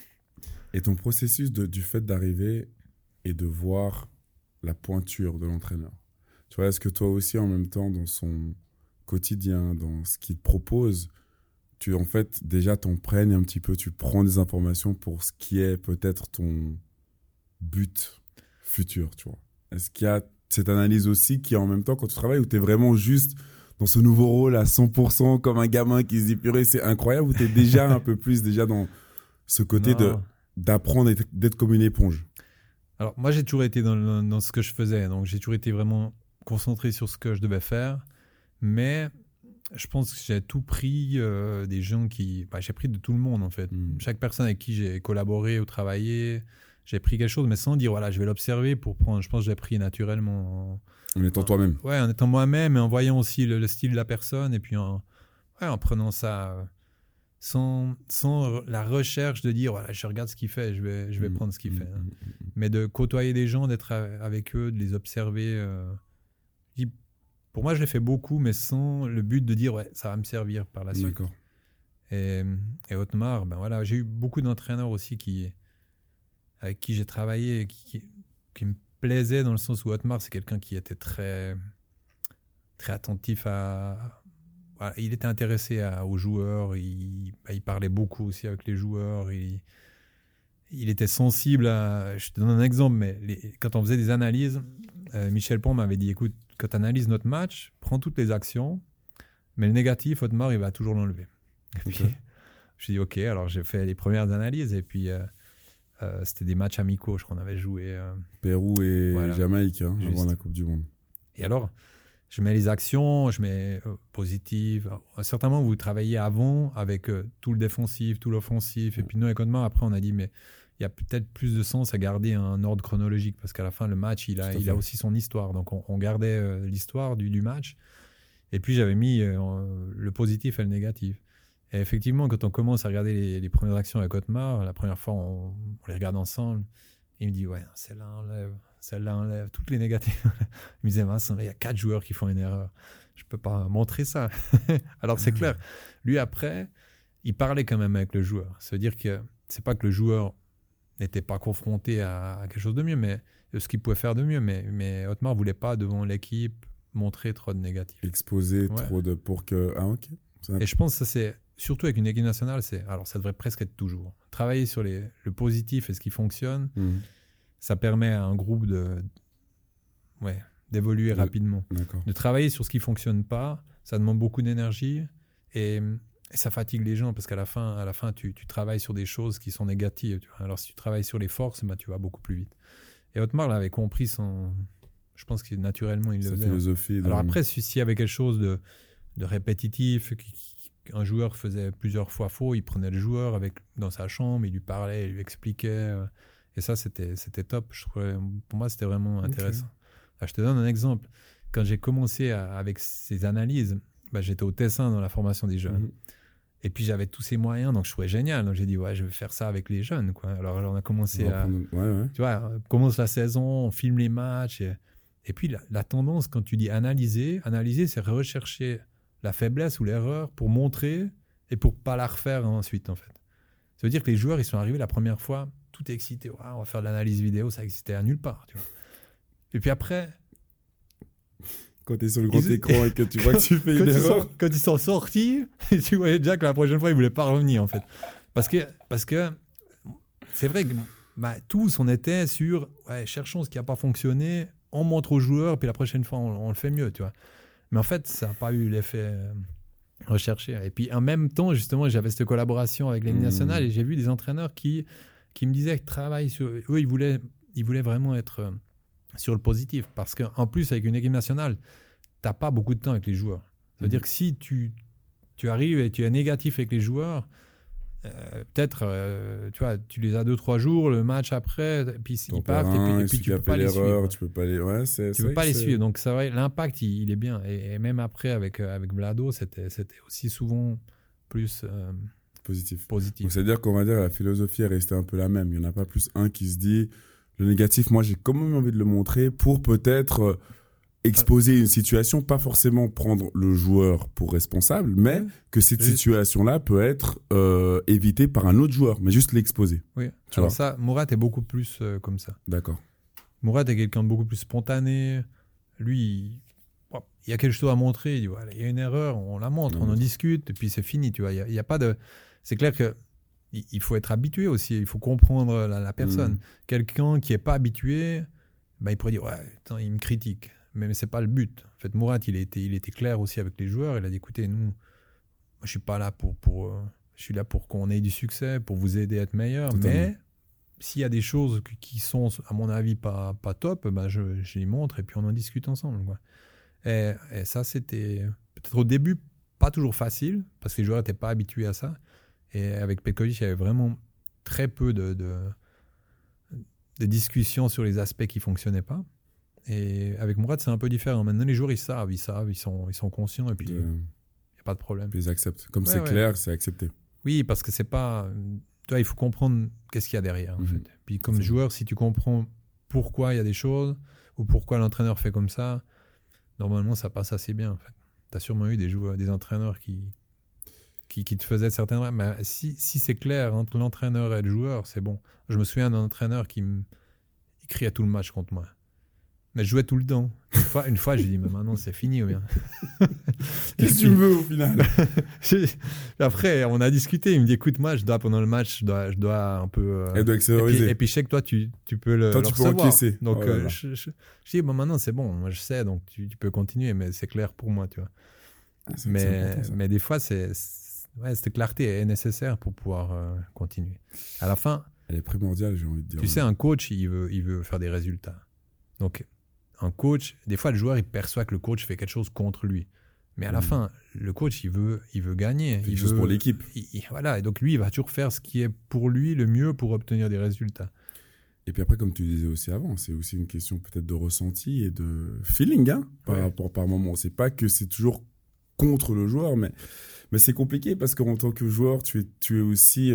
Et ton processus du fait d'arriver et de voir la pointure de l'entraîneur, tu vois, est-ce que toi aussi, en même temps, dans son quotidien, dans ce qu'il te propose, tu en fait déjà t'imprègnes un petit peu, tu prends des informations pour ce qui est peut-être ton but futur, tu vois. Est-ce qu'il y a cette analyse aussi qui est en même temps quand tu travailles ou tu es vraiment juste dans ce nouveau rôle à 100% comme un gamin qui se dit purée c'est incroyable ou tu es déjà un peu plus déjà dans ce côté d'apprendre d'être comme une éponge? Alors moi j'ai toujours été dans ce que je faisais, donc j'ai toujours été vraiment concentré sur ce que je devais faire, mais je pense que j'ai tout pris des gens j'ai pris de tout le monde en fait. Chaque personne avec qui j'ai collaboré ou travaillé, j'ai pris quelque chose, mais sans dire voilà je vais l'observer pour prendre. Je pense que j'ai pris naturellement en étant toi-même. Ouais, en étant moi-même et en voyant aussi le style de la personne et puis en prenant ça sans la recherche de dire voilà je regarde ce qu'il fait, je vais prendre ce qu'il fait. Mais de côtoyer des gens, d'être avec eux, de les observer. Pour moi, je l'ai fait beaucoup, mais sans le but de dire ça va me servir par la suite. D'accord. Et Otmar, j'ai eu beaucoup d'entraîneurs aussi avec qui j'ai travaillé, qui me plaisaient dans le sens où Otmar, c'est quelqu'un qui était très, très attentif il était intéressé aux joueurs, il parlait beaucoup aussi avec les joueurs, il était sensible je te donne un exemple, mais quand on faisait des analyses, Michel Pont m'avait dit, écoute, quand tu analyses notre match, prends toutes les actions, mais le négatif, Otmar, il va toujours l'enlever. Et puis, je dis, ok, alors j'ai fait les premières analyses, et puis c'était des matchs amicaux, je crois qu'on avait joué. Pérou et Jamaïque, avant la Coupe du Monde. Et alors, je mets les actions, je mets positive. À un certain moment, vous travaillez avant avec tout le défensif, tout l'offensif. Et puis nous, avec Otmar, après, on a dit, mais il y a peut-être plus de sens à garder un ordre chronologique parce qu'à la fin, le match, il a aussi son histoire. Donc, on gardait l'histoire du match. Et puis, j'avais mis le positif et le négatif. Et effectivement, quand on commence à regarder les premières actions avec Otmar, la première fois, on les regarde ensemble. Il me dit, ouais, celle-là enlève toutes les négatives. Il me disait, Vincent, il y a 4 joueurs qui font une erreur. Je ne peux pas montrer ça. Alors, c'est clair. Lui, après, il parlait quand même avec le joueur. Ça veut dire que ce n'est pas que le joueur n'était pas confronté à quelque chose de mieux, mais ce qu'il pouvait faire de mieux. Mais Otmar ne voulait pas, devant l'équipe, montrer trop de négatifs. Exposer trop de... pour que... Ah, ok. Et je pense que ça, c'est... Surtout avec une équipe nationale, alors ça devrait presque être toujours. Travailler sur le positif et ce qui fonctionne, ça permet à un groupe d'évoluer rapidement. D'accord. De travailler sur ce qui ne fonctionne pas, ça demande beaucoup d'énergie et ça fatigue les gens parce qu'à la fin tu travailles sur des choses qui sont négatives. Tu vois. Alors si tu travailles sur les forces, tu vas beaucoup plus vite. Et Otmar l'avait compris je pense que naturellement il le faisait. Philosophie. Alors après, s'il y avait quelque chose de répétitif, un joueur faisait plusieurs fois faux, il prenait le joueur dans sa chambre, il lui parlait, il lui expliquait. Et ça, c'était top. Je trouvais, pour moi, c'était vraiment intéressant. Okay. Je te donne un exemple. Quand j'ai commencé avec ces analyses, j'étais au Tessin dans la formation des jeunes. Et puis, j'avais tous ces moyens, donc je trouvais génial. Donc, j'ai dit, je vais faire ça avec les jeunes. Quoi. Alors, on a commencé tu vois, on commence la saison, on filme les matchs. Et puis, la tendance, quand tu dis analyser, c'est rechercher la faiblesse ou l'erreur pour montrer et pour pas la refaire ensuite, en fait. Ça veut dire que les joueurs, ils sont arrivés la première fois, tout excité. On va faire de l'analyse vidéo, ça existait à nulle part, tu vois. Et puis après... Quand tu es sur le grand écran et que tu vois que tu fais une erreur... Quand ils sont sortis, tu voyais déjà que la prochaine fois, ils voulaient pas revenir, en fait. Parce que c'est vrai que tous, on était sur... cherchons ce qui n'a pas fonctionné, on montre aux joueurs, puis la prochaine fois, on le fait mieux, tu vois. Mais en fait, ça n'a pas eu l'effet recherché. Et puis, en même temps, justement, j'avais cette collaboration avec l'équipe nationale et j'ai vu des entraîneurs qui me disaient que travaillent sur... Eux, ils voulaient vraiment être sur le positif. Parce qu'en plus, avec une équipe nationale, tu n'as pas beaucoup de temps avec les joueurs. Ça veut dire que si tu arrives et tu es négatif avec les joueurs, peut-être, tu vois, tu les as 2-3 jours, le match après, et puis ils partent, et puis tu ne peux pas les suivre. Tu peux pas les, tu peux pas les suivre. Donc, ça, l'impact, il est bien. Et même après, avec Vlado, c'était aussi souvent plus positif. Donc, c'est-à-dire qu'on va dire la philosophie est restée un peu la même. Il n'y en a pas plus un qui se dit le négatif, moi, j'ai quand même envie de le montrer pour peut-être... exposer une situation, pas forcément prendre le joueur pour responsable, mais que cette situation-là peut être évitée par un autre joueur, mais juste l'exposer. Oui, alors ça, Mourad est beaucoup plus comme ça. D'accord. Mourad est quelqu'un de beaucoup plus spontané. Lui, il y a quelque chose à montrer. Il dit, il y a une erreur, on la montre, on en discute, et puis c'est fini. Tu vois, il y a pas de... C'est clair qu'il faut être habitué aussi, il faut comprendre la personne. Quelqu'un qui n'est pas habitué, il pourrait dire, attends, il me critique. Mais c'est pas le but. En fait, Mourad, il était clair aussi avec les joueurs. Il a dit, écoutez, moi, je suis pas là je suis là pour qu'on ait du succès, pour vous aider à être meilleur. Totalement. Mais s'il y a des choses qui sont, à mon avis, pas top, je les montre et puis on en discute ensemble, quoi. Et ça, c'était peut-être au début pas toujours facile parce que les joueurs n'étaient pas habitués à ça. Et avec Petkovic, il y avait vraiment très peu de discussions sur les aspects qui fonctionnaient pas. Et avec Mourad, c'est un peu différent. Maintenant, les joueurs, ils savent, ils sont conscients et puis il n'y a pas de problème. Puis ils acceptent. Comme c'est clair, c'est accepté. Oui, parce que c'est pas... Toi, il faut comprendre qu'est-ce qu'il y a derrière, en fait. Puis comme joueur, si tu comprends pourquoi il y a des choses ou pourquoi l'entraîneur fait comme ça, normalement, ça passe assez bien, en fait. Tu as sûrement eu des entraîneurs qui te faisaient certaines... Mais si c'est clair entre l'entraîneur et le joueur, c'est bon. Je me souviens d'un entraîneur qui criait tout le match contre moi. Mais je jouais tout le temps. Une fois j'ai dit, mais maintenant c'est fini ou bien. Qu'est-ce que tu veux au final? Après, on a discuté. Il me dit, écoute, moi, pendant le match, je dois un peu. Elle doit extérioriser. Et puis, je sais que toi, tu peux le recevoir. Toi, tu peux encaisser. Donc, je dis, maintenant c'est bon. Moi, je sais, donc tu peux continuer, mais c'est clair pour moi, tu vois. Mais des fois, cette clarté est nécessaire pour pouvoir continuer. À la fin. Elle est primordiale, j'ai envie de dire. Tu sais, un coach, il veut faire des résultats. Donc, un coach, des fois, le joueur, il perçoit que le coach fait quelque chose contre lui. Mais à la fin, le coach, il veut gagner. Il fait quelque chose pour l'équipe. Voilà, et donc lui, il va toujours faire ce qui est pour lui le mieux pour obtenir des résultats. Et puis après, comme tu disais aussi avant, c'est aussi une question peut-être de ressenti et de feeling, hein, par moment. C'est pas que c'est toujours contre le joueur, mais c'est compliqué parce qu'en tant que joueur, tu es aussi...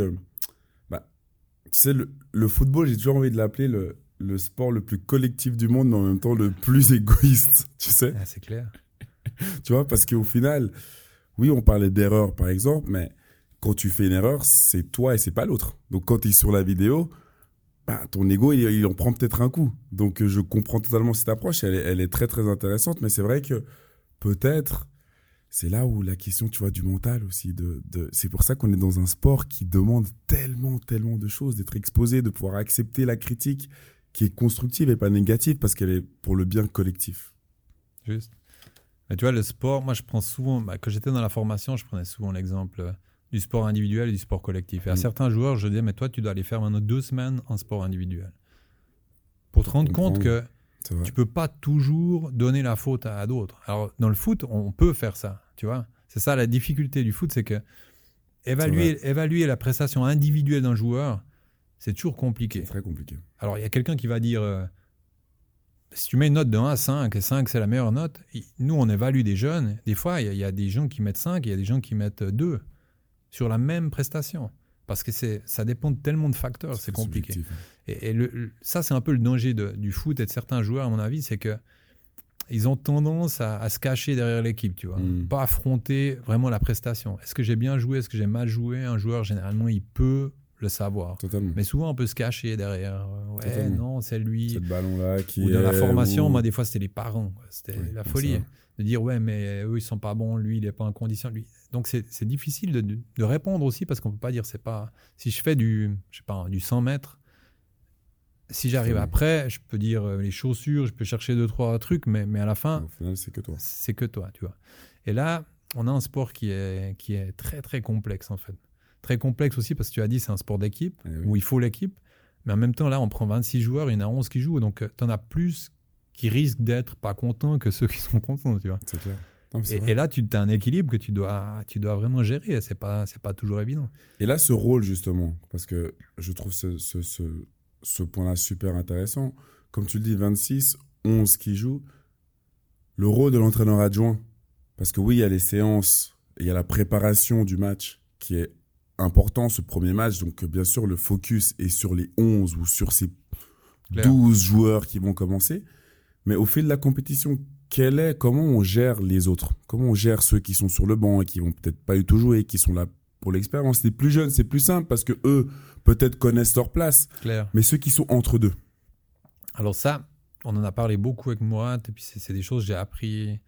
tu sais, le football, j'ai toujours envie de l'appeler le sport le plus collectif du monde, mais en même temps le plus égoïste, tu sais. Ah, c'est clair. Tu vois, parce qu'au final, oui, on parlait d'erreur, par exemple, mais quand tu fais une erreur, c'est toi et c'est pas l'autre. Donc, quand tu es sur la vidéo, ton ego, il en prend peut-être un coup. Donc, je comprends totalement cette approche. Elle est très, très intéressante, mais c'est vrai que peut-être, c'est là où la question, tu vois, du mental aussi. C'est pour ça qu'on est dans un sport qui demande tellement, tellement de choses, d'être exposé, de pouvoir accepter la critique qui est constructive et pas négative parce qu'elle est pour le bien collectif. Juste. Mais tu vois, le sport, moi, je prends souvent, quand j'étais dans la formation, je prenais souvent l'exemple du sport individuel et du sport collectif. Et à certains joueurs, je disais, mais toi, tu dois aller faire maintenant 2 semaines en sport individuel. Pour te rendre compte que tu ne peux pas toujours donner la faute à d'autres. Alors, dans le foot, on peut faire ça, tu vois. C'est ça la difficulté du foot, c'est que évaluer la prestation individuelle d'un joueur, c'est toujours compliqué. C'est très compliqué. Alors, il y a quelqu'un qui va dire... si tu mets une note de 1 à 5, et 5 c'est la meilleure note, nous on évalue des jeunes, des fois il y a des gens qui mettent 5 et il y a des gens qui mettent 2 sur la même prestation. Parce que ça dépend de tellement de facteurs, c'est compliqué. Et ça c'est un peu le danger du foot et de certains joueurs à mon avis, c'est qu'ils ont tendance à se cacher derrière l'équipe, tu vois. Pas affronter vraiment la prestation. Est-ce que j'ai bien joué, est-ce que j'ai mal joué? Un joueur généralement il peut le savoir. Totalement. Mais souvent, on peut se cacher derrière. Ouais, totalement. Non, c'est lui. C'est le ballon-là qui ou dans la formation, moi, des fois, c'était les parents. Quoi. C'était la folie. De dire, ouais, mais eux, ils sont pas bons. Lui, il est pas en condition. Lui. Donc, c'est difficile de répondre aussi parce qu'on peut pas dire, c'est pas... Si je fais du 100 mètres, si j'arrive après, je peux dire les chaussures, je peux chercher 2-3 trucs, mais à la fin... Au final, c'est que toi. C'est que toi, tu vois. Et là, on a un sport qui est très, très complexe, en fait. Très complexe aussi parce que tu as dit c'est un sport d'équipe où il faut l'équipe, mais en même temps là on prend 26 joueurs, il y en a 11 qui jouent, donc tu en as plus qui risquent d'être pas contents que ceux qui sont contents, tu vois. C'est clair. Non, et là tu as un équilibre que tu dois vraiment gérer, c'est pas toujours évident. Et là ce rôle justement, parce que je trouve ce point-là super intéressant, comme tu le dis 26, 11 qui jouent, le rôle de l'entraîneur adjoint, parce que oui il y a les séances, il y a la préparation du match qui est important, ce premier match. Donc, bien sûr, le focus est sur les 11 ou sur ces 12 joueurs qui vont commencer. Mais au fil de la compétition, comment on gère les autres? Comment on gère ceux qui sont sur le banc et qui vont peut-être pas du tout jouer, qui sont là pour l'expérience? Les plus jeunes, c'est plus simple parce que eux, peut-être connaissent leur place. Claire. Mais ceux qui sont entre deux. Alors ça, on en a parlé beaucoup avec moi. Et puis, c'est des choses que j'ai appris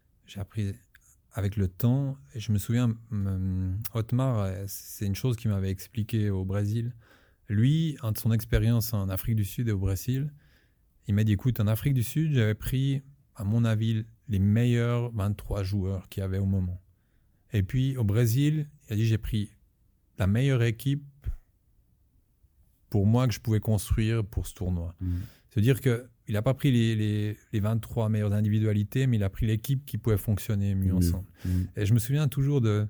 avec le temps. Et je me souviens, Otmar, c'est une chose qu'il m'avait expliqué au Brésil. Lui, de son expérience en Afrique du Sud et au Brésil, il m'a dit, écoute, en Afrique du Sud, j'avais pris, à mon avis, les meilleurs 23 joueurs qu'il y avait au moment. Et puis, au Brésil, il a dit, j'ai pris la meilleure équipe pour moi que je pouvais construire pour ce tournoi. C'est-à-dire qu'il n'a pas pris les 23 meilleures individualités, mais il a pris l'équipe qui pouvait fonctionner mieux ensemble. Et je me souviens toujours de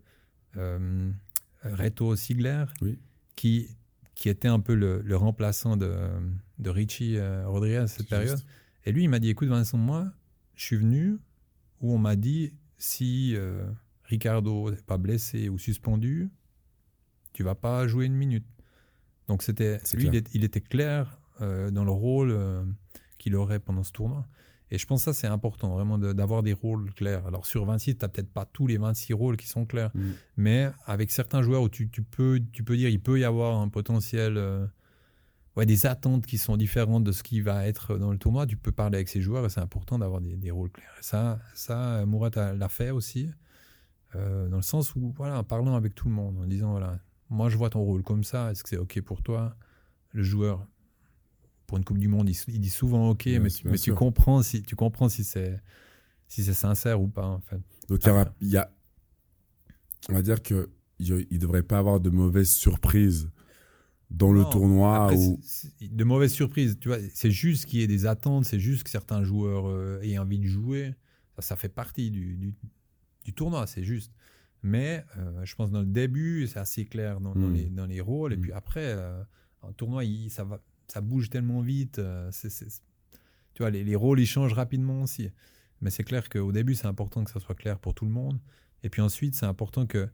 Reto Sigler, qui était un peu le remplaçant de Richie Rodriguez à cette période. Juste. Et lui, il m'a dit, écoute Vincent, moi, je suis venu où on m'a dit, si Ricardo n'est pas blessé ou suspendu, tu ne vas pas jouer une minute. Donc, lui, il était clair dans le rôle qu'il aurait pendant ce tournoi. Et je pense que ça, c'est important, vraiment, d'avoir des rôles clairs. Alors, sur 26, tu n'as peut-être pas tous les 26 rôles qui sont clairs. Mais avec certains joueurs où tu peux dire il peut y avoir un potentiel, des attentes qui sont différentes de ce qui va être dans le tournoi, tu peux parler avec ces joueurs et c'est important d'avoir des rôles clairs. Et ça Mourad l'a fait aussi, dans le sens où, voilà, en parlant avec tout le monde, en disant, voilà, moi, je vois ton rôle comme ça, est-ce que c'est OK pour toi? Le joueur, pour une Coupe du Monde, il dit souvent OK, mais tu comprends si c'est sincère ou pas, en fait. Donc, on va dire qu'il ne devrait pas avoir de mauvaises surprises dans le tournoi après, de mauvaises surprises. Tu vois, c'est juste qu'il y ait des attentes, c'est juste que certains joueurs aient envie de jouer. Ça fait partie du tournoi, c'est juste. Mais je pense que dans le début, c'est assez clair dans les rôles. Et puis après, un tournoi, ça bouge tellement vite. Tu vois, les rôles, ils changent rapidement aussi. Mais c'est clair qu'au début, c'est important que ça soit clair pour tout le monde. Et puis ensuite, c'est important qu'il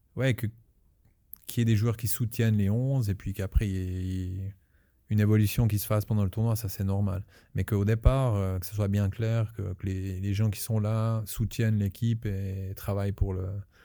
y ait des joueurs qui soutiennent les 11 et puis qu'après, il y ait une évolution qui se fasse pendant le tournoi, ça c'est normal. Mais qu'au départ, que ce soit bien clair, que les gens qui sont là soutiennent l'équipe et travaillent pour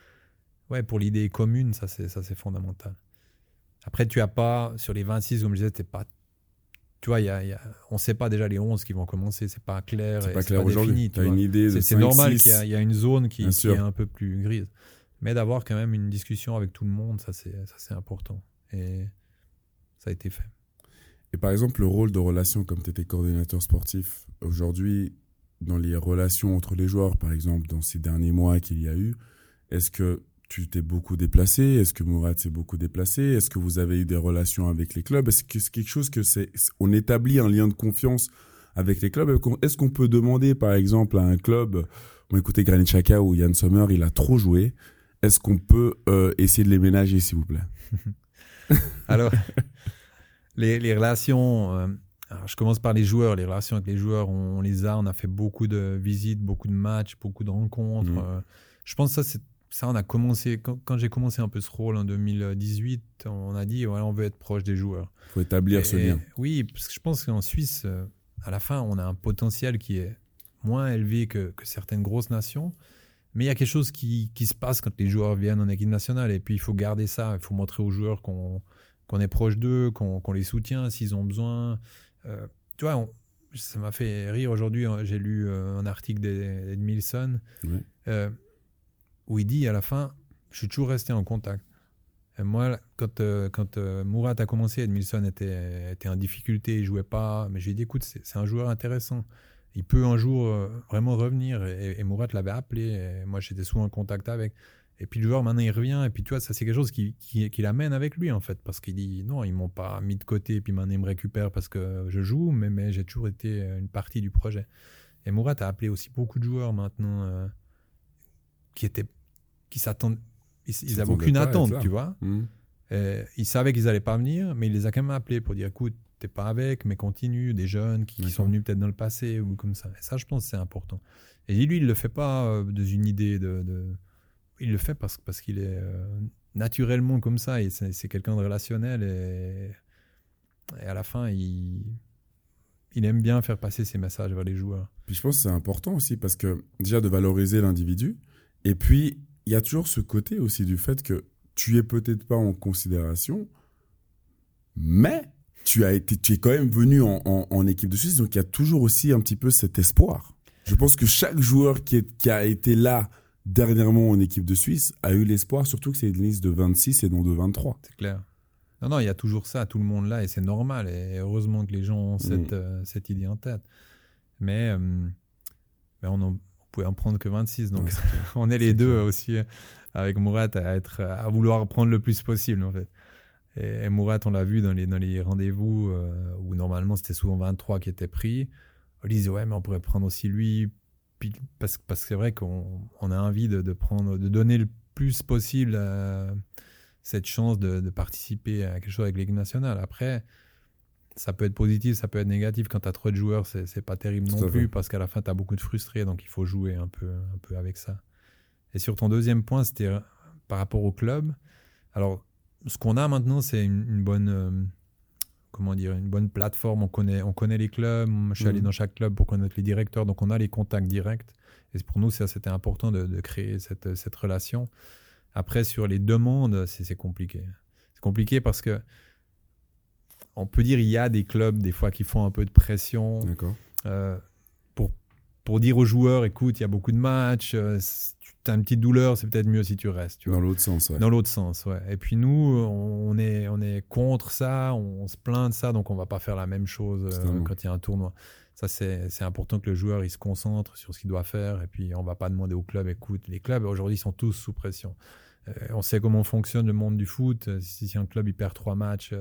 l'idée commune, ça c'est fondamental. Après, tu n'as pas, sur les 26, comme je disais, tu vois, on ne sait pas déjà les 11 qui vont commencer, c'est pas clair. C'est pas clair aujourd'hui. Tu as une idée de 5-6. C'est normal qu'il y a une zone qui est un peu plus grise. Mais d'avoir quand même une discussion avec tout le monde, ça c'est important. Et ça a été fait. Et par exemple, le rôle de relation, comme tu étais coordinateur sportif, aujourd'hui, dans les relations entre les joueurs, par exemple, dans ces derniers mois qu'il y a eu, est-ce que tu t'es beaucoup déplacé? Est-ce que Mourad s'est beaucoup déplacé? Est-ce que vous avez eu des relations avec les clubs? Est-ce que c'est quelque chose on établit un lien de confiance avec les clubs? Est-ce qu'on peut demander, par exemple, à un club, écoutez, Granit Xhaka ou Yann Sommer, il a trop joué. Est-ce qu'on peut essayer de les ménager, s'il vous plaît? Alors, les relations, alors je commence par les joueurs. Les relations avec les joueurs, on les a. On a fait beaucoup de visites, beaucoup de matchs, beaucoup de rencontres. Je pense que ça, on a commencé, quand j'ai commencé un peu ce rôle en 2018, on a dit, on veut être proche des joueurs. Il faut établir ce lien. Oui, parce que je pense qu'en Suisse, à la fin, on a un potentiel qui est moins élevé que certaines grosses nations. Mais il y a quelque chose qui se passe quand les joueurs viennent en équipe nationale. Et puis, il faut garder ça. Il faut montrer aux joueurs qu'on est proche d'eux, qu'on les soutient s'ils ont besoin. Tu vois, ça m'a fait rire aujourd'hui. J'ai lu un article d'Edmilson où il dit à la fin, je suis toujours resté en contact. Et moi, quand Mourad a commencé, Edmilson était en difficulté, il ne jouait pas. Mais je lui ai dit, écoute, c'est un joueur intéressant. Il peut un jour vraiment revenir. Et Mourad l'avait appelé. Et moi, j'étais souvent en contact avec. Et puis le joueur, maintenant, il revient. Et puis, tu vois, ça, c'est quelque chose qui l'amène avec lui, en fait. Parce qu'il dit, non, ils ne m'ont pas mis de côté. Et puis maintenant, ils me récupèrent parce que je joue. Mais j'ai toujours été une partie du projet. Et Mourad a appelé aussi beaucoup de joueurs maintenant qui s'attendent. Ils n'avaient aucune attente, tu vois. Ils savaient qu'ils n'allaient pas venir. Mais il les a quand même appelés pour dire, écoute, t'es pas avec, mais continue, des jeunes qui sont venus peut-être dans le passé ou comme ça. Et ça, je pense que c'est important. Et lui, il le fait pas dans une idée il le fait parce qu'il est naturellement comme ça, et c'est quelqu'un de relationnel, et à la fin, il aime bien faire passer ses messages vers les joueurs. Puis je pense que c'est important aussi, parce que déjà de valoriser l'individu, et puis il y a toujours ce côté aussi du fait que tu es peut-être pas en considération, mais tu es quand même venu en équipe de Suisse, donc il y a toujours aussi un petit peu cet espoir. Je pense que chaque joueur qui a été là dernièrement en équipe de Suisse a eu l'espoir, surtout que c'est une liste de 26 et non de 23. C'est clair. Non, il y a toujours ça, tout le monde là, et c'est normal, et heureusement que les gens ont cette idée en tête. Mais on pouvait en prendre que 26, donc on est les deux aussi, avec Mourad, à vouloir prendre le plus possible, en fait. Et Mourad, on l'a vu dans les rendez-vous où normalement c'était souvent 23 qui étaient pris. On disait mais on pourrait prendre aussi lui, parce que c'est vrai qu'on a envie de donner le plus possible cette chance de participer à quelque chose avec l'équipe nationale. Après, ça peut être positif, ça peut être négatif. Quand tu as trop de joueurs, c'est pas terrible non plus, parce qu'à la fin tu as beaucoup de frustrés, donc il faut jouer un peu avec ça. Et sur ton deuxième point, c'était par rapport au club. Alors, ce qu'on a maintenant, c'est une bonne, une bonne plateforme. On connaît les clubs. Je suis allé dans chaque club pour connaître les directeurs, donc on a les contacts directs. Et pour nous, c'était important de créer cette relation. Après, sur les demandes, c'est compliqué. C'est compliqué parce que on peut dire il y a des clubs des fois qui font un peu de pression. D'accord. Pour dire aux joueurs, écoute, il y a beaucoup de matchs. Tu as une petite douleur, c'est peut-être mieux si tu restes. Tu vois. Dans l'autre sens, ouais. Dans l'autre sens, ouais. Et puis nous, on est contre ça, on se plaint de ça, donc on ne va pas faire la même chose quand il y a un tournoi. Ça, c'est important que le joueur il se concentre sur ce qu'il doit faire, et puis on ne va pas demander au club, écoute, les clubs aujourd'hui sont tous sous pression. On sait comment fonctionne le monde du foot. Si un club il perd 3 matchs,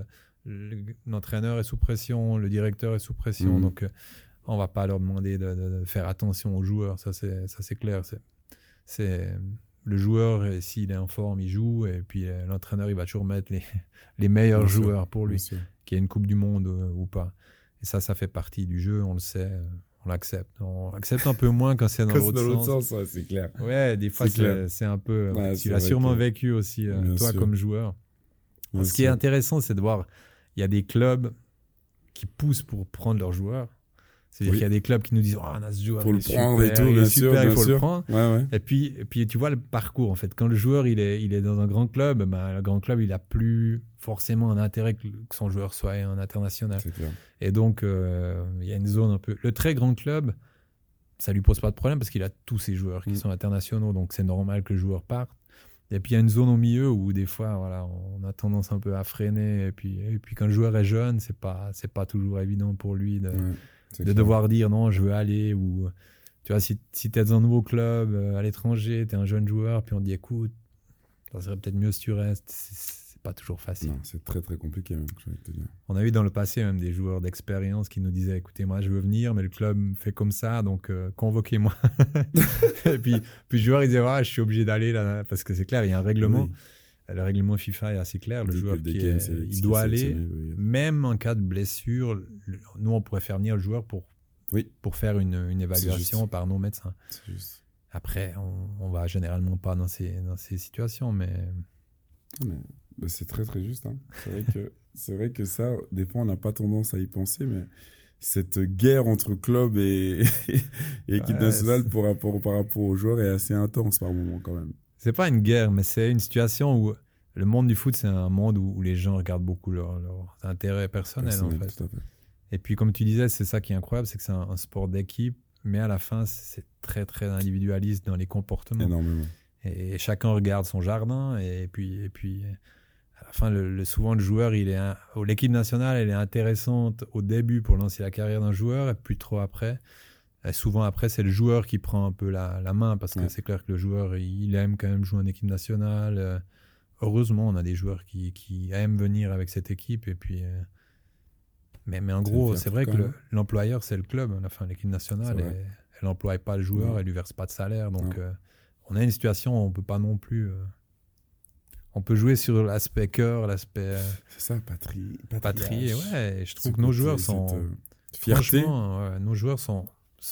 l'entraîneur est sous pression, le directeur est sous pression, donc on va pas leur demander de faire attention aux joueurs, ça c'est clair. C'est le joueur, s'il est en forme, il joue, et puis l'entraîneur, il va toujours mettre les meilleurs joueurs pour lui, qu'il y ait une Coupe du Monde ou pas. Et ça fait partie du jeu, on le sait, on l'accepte. On accepte un peu moins quand c'est dans l'autre sens. Ouais, c'est clair. Ouais, des fois, c'est un peu... tu l'as sûrement vécu aussi, toi, comme joueur. Ce qui est intéressant, c'est de voir, il y a des clubs qui poussent pour prendre leurs joueurs. C'est-à-dire qu'il y a des clubs qui nous disent « Oh, on a ce joueur, il est super, il faut le prendre. » Et puis, tu vois le parcours, en fait. Quand le joueur, il est dans un grand club, le grand club, il n'a plus forcément un intérêt que son joueur soit un international. Et donc, il y a une zone un peu... Le très grand club, ça ne lui pose pas de problème parce qu'il a tous ses joueurs qui sont internationaux, donc c'est normal que le joueur parte. Et puis, il y a une zone au milieu où, des fois, voilà, on a tendance un peu à freiner. Et puis quand le joueur est jeune, c'est pas toujours évident pour lui de devoir dire non, je veux aller, ou tu vois, si tu es dans un nouveau club à l'étranger, tu es un jeune joueur, puis on te dit écoute, ça serait peut-être mieux si tu restes, c'est pas toujours facile. Non, c'est très très compliqué même, je vais te dire. On a eu dans le passé même des joueurs d'expérience qui nous disaient écoutez, moi je veux venir, mais le club fait comme ça, donc convoquez-moi. Et puis le joueur il disait je suis obligé d'aller là, parce que c'est clair, il y a un règlement. Oui. Le règlement FIFA est assez clair. Le joueur il doit aller, même en cas de blessure. Nous, on pourrait faire venir le joueur pour faire une évaluation par nos médecins. C'est juste. Après, on va généralement pas dans ces situations, mais c'est très très juste. Hein. C'est vrai que ça, des fois, on n'a pas tendance à y penser, mais cette guerre entre club et équipe nationale par rapport aux joueurs est assez intense par moment quand même. C'est pas une guerre, mais c'est une situation où le monde du foot, c'est un monde où les gens regardent beaucoup leurs intérêts personnels, en fait. Tout à fait. Et puis, comme tu disais, c'est ça qui est incroyable, c'est que c'est un sport d'équipe, mais à la fin, c'est très, très individualiste dans les comportements. Énormément. Et chacun regarde son jardin, et puis à la fin, souvent, le joueur, l'équipe nationale, elle est intéressante au début pour lancer la carrière d'un joueur, et puis trop après. Et souvent après, c'est le joueur qui prend un peu la main, parce que c'est clair que le joueur, il aime quand même jouer en équipe nationale. Heureusement, on a des joueurs qui aiment venir avec cette équipe. Et puis, mais en gros, c'est vrai que l'employeur, c'est le club. À la fin, l'équipe nationale, elle n'emploie pas le joueur, elle ne lui verse pas de salaire. Donc, on a une situation où on ne peut pas non plus... on peut jouer sur l'aspect cœur, l'aspect... c'est ça, patrie. Ouais, je trouve que nos joueurs sont... fierté. Franchement, nos joueurs sont...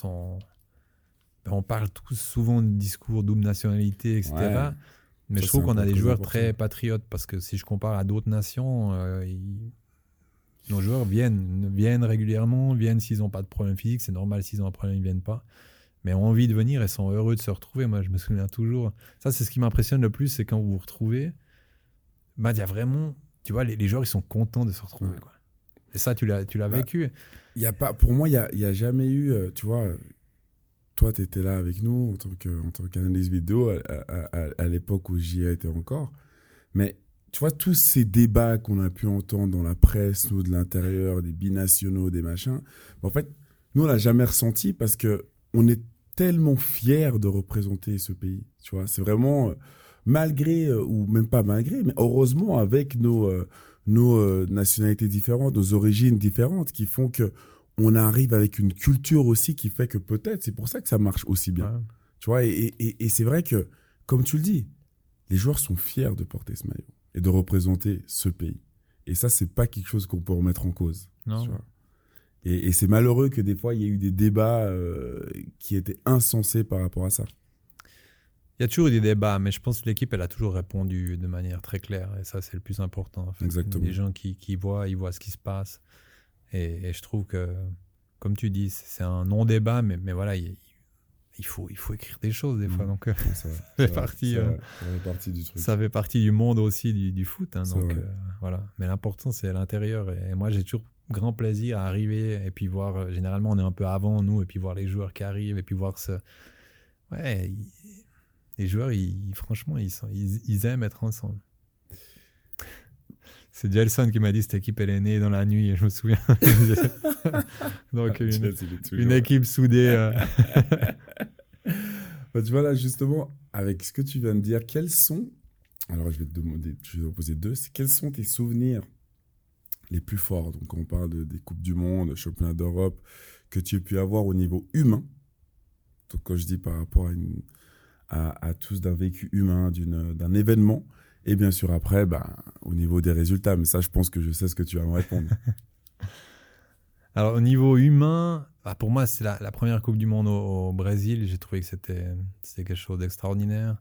On parle tous souvent de discours double nationalité, etc. Ouais. Mais je trouve qu'on a des joueurs très patriotes, parce que si je compare à d'autres nations, nos joueurs viennent régulièrement, viennent s'ils n'ont pas de problème physique, c'est normal, s'ils ont un problème, ils ne viennent pas, mais ont envie de venir et sont heureux de se retrouver. Moi, je me souviens toujours, ça c'est ce qui m'impressionne le plus, c'est quand vous vous retrouvez, il y a vraiment, tu vois, les joueurs, ils sont contents de se retrouver, quoi. Et ça, tu l'as vécu. Pour moi, il n'y a jamais eu, tu vois... Toi, tu étais là avec nous en tant qu'analyste vidéo à l'époque où j'y étais encore. Mais tu vois, tous ces débats qu'on a pu entendre dans la presse, nous, de l'intérieur, des binationaux, des machins, en fait, nous, on l'a jamais ressenti parce qu'on est tellement fiers de représenter ce pays. Tu vois, c'est vraiment, malgré, ou même pas malgré, mais heureusement avec nos nationalités différentes, nos origines différentes qui font que on arrive avec une culture aussi qui fait que peut-être, c'est pour ça que ça marche aussi bien. Ouais. Tu vois, et c'est vrai que, comme tu le dis, les joueurs sont fiers de porter ce maillot et de représenter ce pays. Et ça, c'est pas quelque chose qu'on peut remettre en cause. Non. Tu vois. Et c'est malheureux que des fois, il y ait eu des débats qui étaient insensés par rapport à ça. Il y a toujours eu des débats, mais je pense que l'équipe, elle a toujours répondu de manière très claire. Et ça, c'est le plus important. En fait. Exactement. Les gens qui voient, ils voient ce qui se passe. Et je trouve que, comme tu dis, c'est un non-débat, mais voilà, il faut écrire des choses des fois. Donc, ça fait partie du truc. Ça fait partie du monde aussi du foot. Hein, donc, voilà. Mais l'important, c'est l'intérieur. Et moi, j'ai toujours grand plaisir à arriver et puis voir. Généralement, on est un peu avant, nous, et puis voir les joueurs qui arrivent et puis voir ce. Ouais, les joueurs, franchement, ils aiment être ensemble. C'est Gelson qui m'a dit cette équipe elle est née dans la nuit, et je me souviens. Donc une équipe soudée. Tu vois là justement avec ce que tu viens de dire, quels sont, alors je vais te poser deux, quels sont tes souvenirs les plus forts. Donc, on parle des Coupes du Monde, Championnats d'Europe, que tu as pu avoir au niveau humain. Donc, quand je dis par rapport à tous d'un vécu humain, d'un événement, et bien sûr après, au niveau des résultats. Mais ça, je pense que je sais ce que tu vas me répondre. Alors, au niveau humain, pour moi, c'est la première Coupe du Monde au Brésil. J'ai trouvé que c'était quelque chose d'extraordinaire.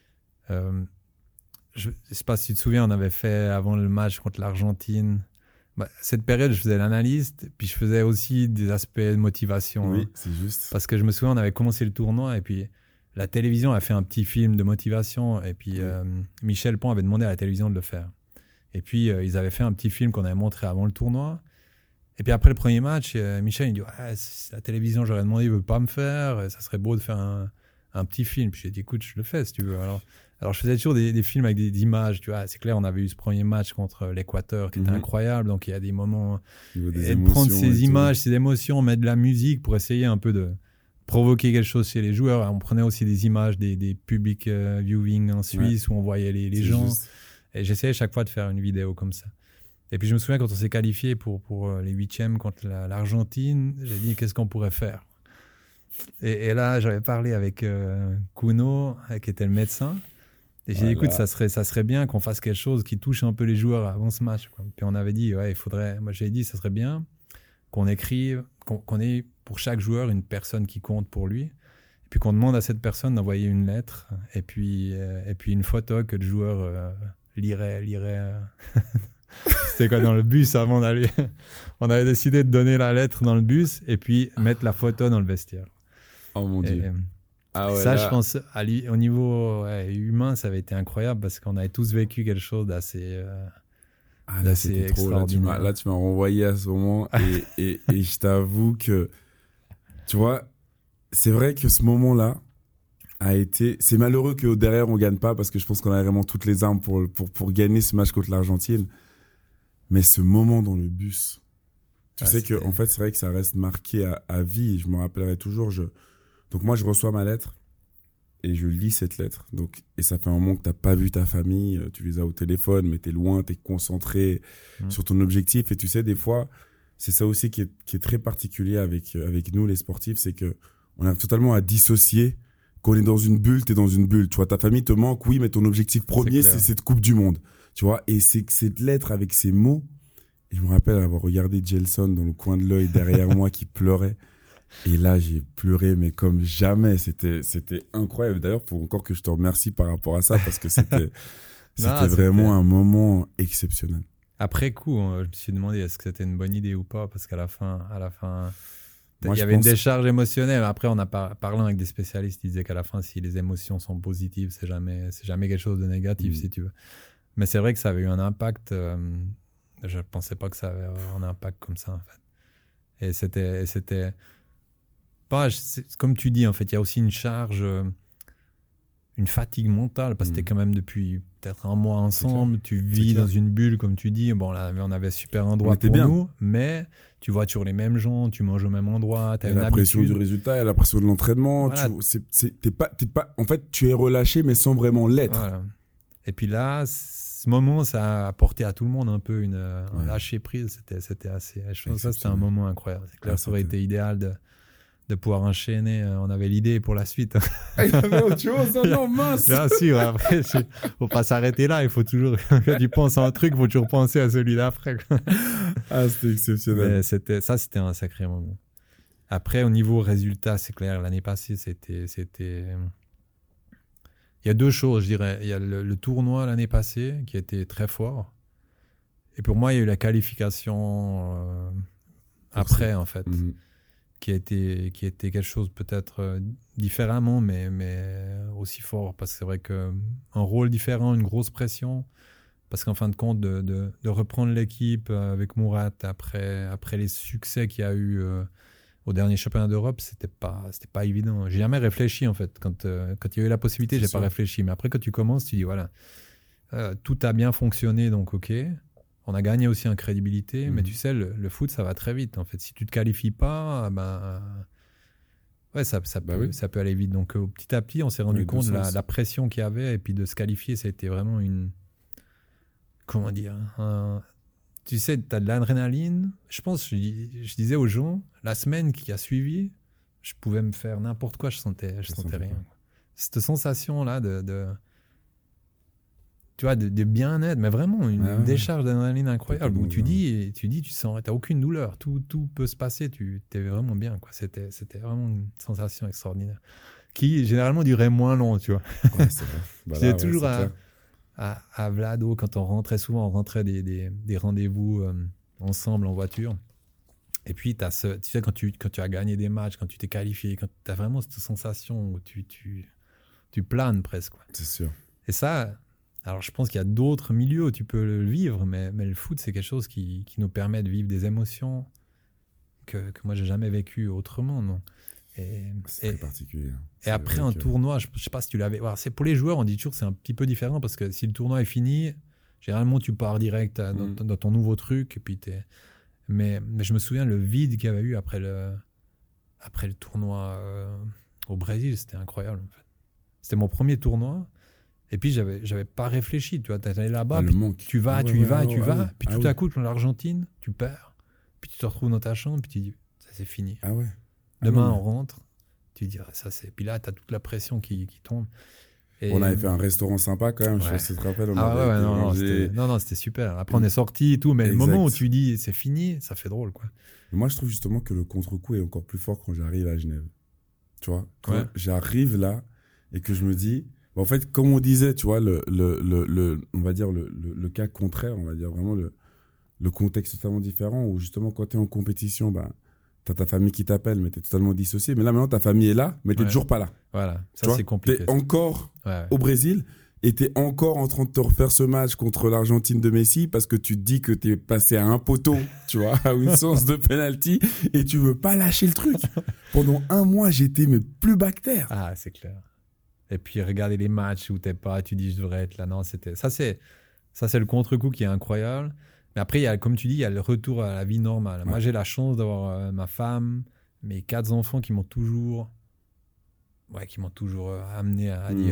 Je ne sais pas si tu te souviens, on avait fait avant le match contre l'Argentine. Cette période, je faisais l'analyse, puis je faisais aussi des aspects de motivation. Oui, c'est juste. Parce que je me souviens, on avait commencé le tournoi, et puis la télévision a fait un petit film de motivation, et puis Michel Pont avait demandé à la télévision de le faire. Et puis, ils avaient fait un petit film qu'on avait montré avant le tournoi. Et puis après le premier match, Michel il dit la télévision, j'aurais demandé, il ne veut pas me faire, ça serait beau de faire un petit film. Puis j'ai dit écoute, je le fais si tu veux. Alors je faisais toujours des films avec des images, tu vois. C'est clair, on avait eu ce premier match contre l'Équateur qui était incroyable, donc il y a des moments. Et de prendre ces images, ces émotions, mettre de la musique pour essayer un peu de provoquer quelque chose chez les joueurs. Alors, on prenait aussi des images des public viewing en Suisse où on voyait les gens. Juste. Et j'essayais chaque fois de faire une vidéo comme ça. Et puis je me souviens quand on s'est qualifié pour les 8e contre l'Argentine, j'ai dit qu'est-ce qu'on pourrait faire. Et là j'avais parlé avec Kuno qui était le médecin et j'ai dit écoute ça serait bien qu'on fasse quelque chose qui touche un peu les joueurs avant ce match, quoi. Puis on avait dit il faudrait, moi j'ai dit ça serait bien qu'on écrive, qu'on ait pour chaque joueur une personne qui compte pour lui, et puis qu'on demande à cette personne d'envoyer une lettre et puis une photo que le joueur lirait C'était quoi dans le bus avant d'aller. On avait décidé de donner la lettre dans le bus et puis mettre la photo dans le vestiaire. Oh mon Dieu. Ça, je pense, au niveau humain, ça avait été incroyable parce qu'on avait tous vécu quelque chose d'assez extraordinaire. Là, tu m'as renvoyé à ce moment et je t'avoue que, tu vois, c'est vrai que ce moment-là a été... C'est malheureux que derrière, on ne gagne pas parce que je pense qu'on a vraiment toutes les armes pour gagner ce match contre l'Argentine. Mais ce moment dans le bus, tu sais que en fait, c'est vrai que ça reste marqué à vie. Je me rappellerai toujours. Donc moi, je reçois ma lettre et je lis cette lettre. Et ça fait un moment que tu n'as pas vu ta famille. Tu les as au téléphone, mais tu es loin, tu es concentré sur ton objectif. Et tu sais, des fois, c'est ça aussi qui est très particulier avec nous, les sportifs, c'est qu'on arrive totalement à dissocier. Quand on est dans une bulle, tu es dans une bulle. Tu vois, ta famille te manque, oui, mais ton objectif premier, c'est cette Coupe du Monde. Tu vois, et c'est cette lettre avec ces mots, et je me rappelle avoir regardé Gelson dans le coin de l'œil derrière moi qui pleurait. Et là, j'ai pleuré, mais comme jamais. C'était incroyable. D'ailleurs, il faut encore que je te remercie par rapport à ça, parce que c'était vraiment un moment exceptionnel. Après coup, je me suis demandé est-ce que c'était une bonne idée ou pas, parce qu'à la fin, il y avait une décharge émotionnelle. Après, on a parlé avec des spécialistes, ils disaient qu'à la fin, si les émotions sont positives, c'est jamais quelque chose de négatif, si tu veux. Mais c'est vrai que ça avait eu un impact. Je ne pensais pas que ça avait un impact comme ça, en fait. Et c'était comme tu dis, en fait, il y a aussi une charge, une fatigue mentale, parce que tu es quand même depuis peut-être un mois ensemble, tu vis dans une bulle, comme tu dis. Bon, là, on avait super endroit pour nous, mais tu vois toujours les mêmes gens, tu manges au même endroit, tu as une habitude. La pression du résultat, il y a la pression de l'entraînement. Voilà. T'es pas, en fait, tu es relâché, mais sans vraiment l'être. Voilà. Et puis là, ce moment, ça a apporté à tout le monde un peu un lâcher prise. C'était assez. Je pense que ça, c'était un moment incroyable. C'est clair, ça aurait été idéal de pouvoir enchaîner. On avait l'idée pour la suite. Il y avait autre chose, non, mince. Bien sûr, après, faut pas s'arrêter là. Il faut toujours, quand tu penses à un truc, il faut toujours penser à celui d'après. C'était exceptionnel. Mais c'était un sacré moment. Après, au niveau résultat, c'est clair, l'année passée, c'était. Il y a deux choses, je dirais. Il y a le tournoi l'année passée qui a été très fort. Et pour moi, il y a eu la qualification après, en fait, qui a été quelque chose peut-être différemment, mais aussi fort. Parce que c'est vrai qu'un rôle différent, une grosse pression. Parce qu'en fin de compte, de reprendre l'équipe avec Mourad après les succès qu'il y a eu au dernier championnat d'Europe, c'était pas évident. J'ai jamais réfléchi, en fait. Quand il y a eu la possibilité, j'ai pas réfléchi. Mais après, quand tu commences, tu dis, voilà, tout a bien fonctionné, donc OK. On a gagné aussi en crédibilité, mais tu sais, le foot, ça va très vite, en fait. Si tu te qualifies pas, ça peut aller vite. Donc, petit à petit, on s'est rendu compte de la pression qu'il y avait, et puis de se qualifier, ça a été vraiment comment dire, tu sais, tu as de l'adrénaline. Je pense, je disais aux gens, la semaine qui a suivi, je pouvais me faire n'importe quoi, je sentais rien. Cette sensation-là tu vois, de bien-être, mais vraiment une décharge d'adrénaline incroyable où tu sens, t'as aucune douleur, tout peut se passer, t'es vraiment bien, quoi. C'était vraiment une sensation extraordinaire qui généralement durait moins long, tu vois. Ouais, c'est vrai. J'étais toujours à Vlado, quand on rentrait des rendez-vous ensemble en voiture. Et puis, tu sais, quand tu as gagné des matchs, quand tu t'es qualifié, quand tu as vraiment cette sensation où tu planes presque, quoi. C'est sûr. Et ça, alors je pense qu'il y a d'autres milieux où tu peux le vivre, mais le foot, c'est quelque chose qui nous permet de vivre des émotions que moi, j'ai jamais vécues autrement, non. C'est très particulier. Et après un tournoi, je ne sais pas si tu l'avais... Alors, pour les joueurs, on dit toujours que c'est un petit peu différent parce que si le tournoi est fini, généralement, tu pars direct dans ton nouveau truc. Et puis mais je me souviens le vide qu'il y avait eu après le tournoi au Brésil, c'était incroyable. En fait. C'était mon premier tournoi. Et puis, j'avais pas réfléchi. Tu vois, tu allé là-bas, tu vas, tu y vas. Puis tout à coup, dans l'Argentine, tu perds. Puis tu te retrouves dans ta chambre, puis tu dis, ça c'est fini. Ah ouais. Demain, on rentre. Tu dis, ça c'est. Puis là, tu as toute la pression qui tombe. Et on avait fait un restaurant sympa quand même, je sais pas si tu te rappelles. Non, c'était super. Après, on est sortis et tout, mais le moment où tu dis c'est fini, ça fait drôle, quoi. Mais moi, je trouve justement que le contre-coup est encore plus fort quand j'arrive à Genève. Tu vois, quand j'arrive là et que je me dis, en fait, comme on disait, tu vois, on va dire le cas contraire, on va dire vraiment le contexte totalement différent où justement, quand tu es en compétition, t'as ta famille qui t'appelle, mais t'es totalement dissocié. Mais là, maintenant, ta famille est là, mais t'es toujours pas là. Voilà, ça c'est compliqué. T'es encore au Brésil et t'es encore en train de te refaire ce match contre l'Argentine de Messi parce que tu te dis que t'es passé à un poteau, tu vois, à une séance de penalty et tu veux pas lâcher le truc. Pendant un mois, j'étais plus bactère. Ah, c'est clair. Et puis, regarder les matchs où t'es pas, tu dis je devrais être là. Non, ça c'est le contre-coup qui est incroyable. Mais après, comme tu dis, il y a le retour à la vie normale. Ouais. Moi, j'ai la chance d'avoir ma femme, mes 4 enfants qui m'ont toujours amené à dire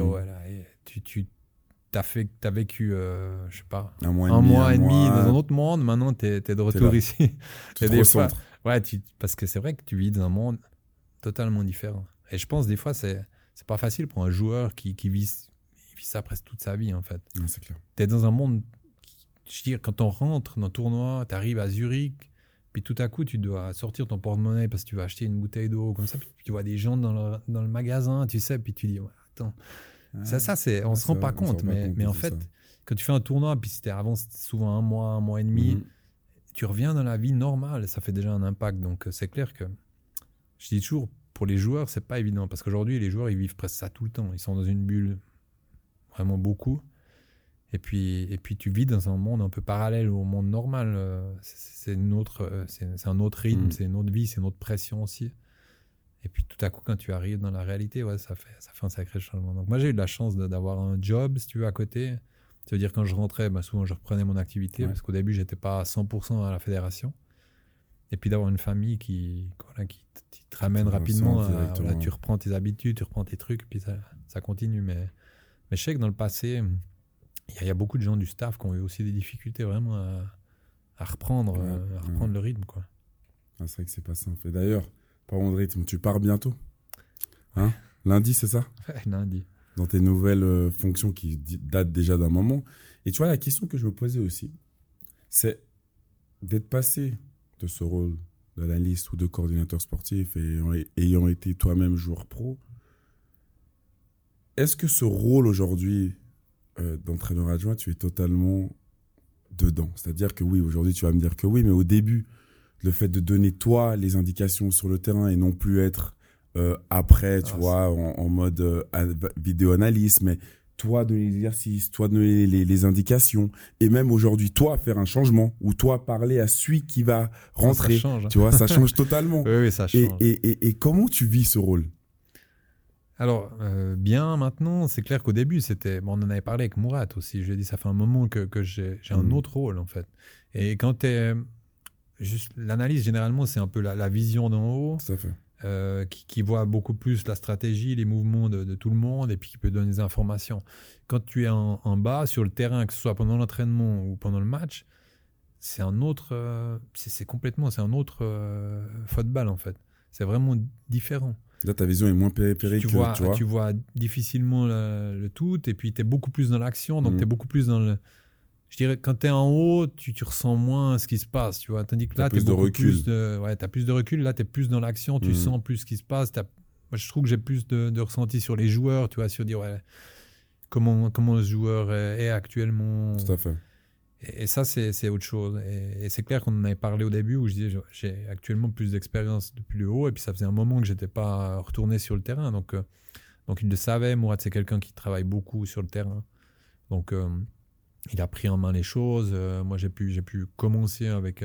t'as vécu, je sais pas, un mois et demi dans un autre monde. Maintenant, t'es de retour ici. Tu te recentres. Parce que c'est vrai que tu vis dans un monde totalement différent. Et je pense des fois, c'est pas facile pour un joueur qui vit ça presque toute sa vie, en fait. Ouais, c'est clair. T'es dans un monde... Je veux dire, quand on rentre dans le tournoi, tu arrives à Zurich, puis tout à coup, tu dois sortir ton porte-monnaie parce que tu vas acheter une bouteille d'eau, comme ça, puis tu vois des gens dans le magasin, tu sais, puis tu dis, attends, ça c'est, on se rend pas compte, mais en fait, quand tu fais un tournoi, puis c'était souvent un mois et demi, tu reviens dans la vie normale, ça fait déjà un impact. Donc, c'est clair que, je dis toujours, pour les joueurs, c'est pas évident, parce qu'aujourd'hui, les joueurs, ils vivent presque ça tout le temps. Ils sont dans une bulle, vraiment beaucoup. Et puis tu vis dans un monde un peu parallèle au monde normal. C'est un autre rythme, c'est une autre vie, c'est une autre pression aussi. Et puis tout à coup, quand tu arrives dans la réalité, ça fait un sacré changement. Donc moi, j'ai eu de la chance d'avoir un job, si tu veux, à côté. Ça veut dire quand je rentrais, souvent je reprenais mon activité, parce qu'au début, j'étais pas à 100% à la fédération. Et puis d'avoir une famille qui te ramène rapidement. Tu reprends tes habitudes, tu reprends tes trucs, puis ça continue. Mais je sais que dans le passé... Il y a beaucoup de gens du staff qui ont eu aussi des difficultés vraiment à reprendre le rythme, quoi. Ah, c'est vrai que c'est pas simple. Et d'ailleurs, parlons de rythme, tu pars bientôt, hein? Lundi, c'est ça? Ouais, lundi. Dans tes nouvelles fonctions qui datent déjà d'un moment. Et tu vois, la question que je me posais aussi, c'est d'être passé de ce rôle d'analyste ou de coordinateur sportif et ayant été toi-même joueur pro. Est-ce que ce rôle aujourd'hui d'entraîneur adjoint, tu es totalement dedans? C'est-à-dire que oui, aujourd'hui, tu vas me dire que oui, mais au début, le fait de donner toi les indications sur le terrain et non plus être après, tu vois, en mode vidéo-analyse, mais toi donner l'exercice, toi donner les indications, et même aujourd'hui, toi faire un changement, ou toi parler à celui qui va rentrer, ça change. Tu vois, ça change totalement. Oui, ça change. Et comment tu vis ce rôle? Alors, bien maintenant, c'est clair qu'au début, on en avait parlé avec Mourad aussi. Je lui ai dit, ça fait un moment que j'ai un autre rôle, en fait. Et quand tu es... Juste, l'analyse, généralement, c'est un peu la vision d'en haut. Tout à fait. Qui voit beaucoup plus la stratégie, les mouvements de tout le monde, et puis qui peut donner des informations. Quand tu es en bas, sur le terrain, que ce soit pendant l'entraînement ou pendant le match, c'est un autre, c'est complètement, c'est un autre football en fait. C'est vraiment différent. Là, ta vision est moins périphérique. Tu vois difficilement le tout, et puis tu es beaucoup plus dans l'action, donc tu es beaucoup plus dans le... Je dirais, quand tu es en haut, tu ressens moins ce qui se passe, tu vois. Tandis que là, tu as plus de recul. Là, tu es plus dans l'action, tu sens plus ce qui se passe. Moi, je trouve que j'ai plus de ressenti sur les joueurs, tu vois, sur dire comment le joueur est actuellement. Tout à fait. Et ça, c'est autre chose. Et c'est clair qu'on en avait parlé au début, où je disais, j'ai actuellement plus d'expérience depuis le haut, et puis ça faisait un moment que je n'étais pas retourné sur le terrain. Donc il le savait. Mourad, c'est quelqu'un qui travaille beaucoup sur le terrain. Donc, il a pris en main les choses. Moi, j'ai pu commencer avec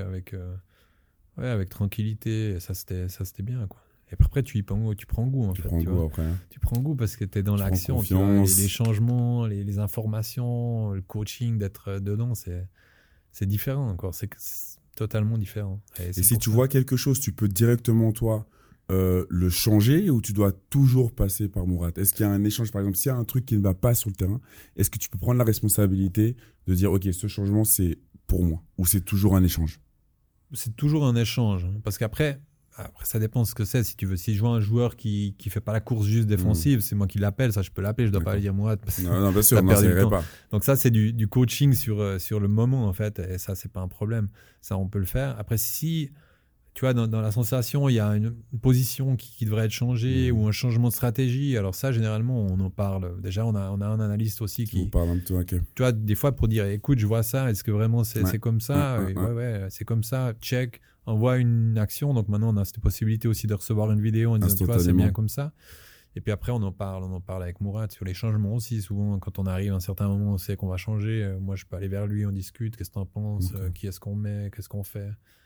tranquillité. Et ça, c'était bien, quoi. Et après, tu prends goût, en fait. Tu prends goût parce que tu es dans l'action. Tu vois, les changements, les informations, le coaching, d'être dedans, c'est différent encore. C'est totalement différent. Et si tu vois quelque chose, tu peux directement, toi, le changer, ou tu dois toujours passer par Mourad? Est-ce qu'il y a un échange? Par exemple, s'il y a un truc qui ne va pas sur le terrain, est-ce que tu peux prendre la responsabilité de dire, OK, ce changement, c'est pour moi, ou c'est toujours un échange? C'est toujours un échange. Parce qu'après, ça dépend ce que c'est. Si tu veux, si je vois un joueur qui ne fait pas la course juste défensive, c'est moi qui l'appelle. Ça, je peux l'appeler. Je ne dois pas lui dire Mourad. Non, bien sûr, ça irait pas. Donc ça, c'est du coaching sur le moment, en fait. Et ça, c'est pas un problème. Ça, on peut le faire. Après, si... Tu vois, dans la sensation, il y a une position qui devrait être changée, ou un changement de stratégie. Alors ça, généralement, on en parle. Déjà, on a un analyste aussi qui parle un peu, OK. Tu vois, des fois, pour dire, écoute, je vois ça, est-ce que vraiment c'est comme ça? Ouais, c'est comme ça, check, envoie une action. Donc maintenant, on a cette possibilité aussi de recevoir une vidéo en disant, tu vois, c'est bien comme ça. Et puis après, on en parle avec Mourad sur les changements aussi. Souvent, quand on arrive à un certain moment, on sait qu'on va changer. Moi, je peux aller vers lui, on discute, qu'est-ce que t'en penses? Qui est-ce qu'on met? Qu'est-ce qu'on fait?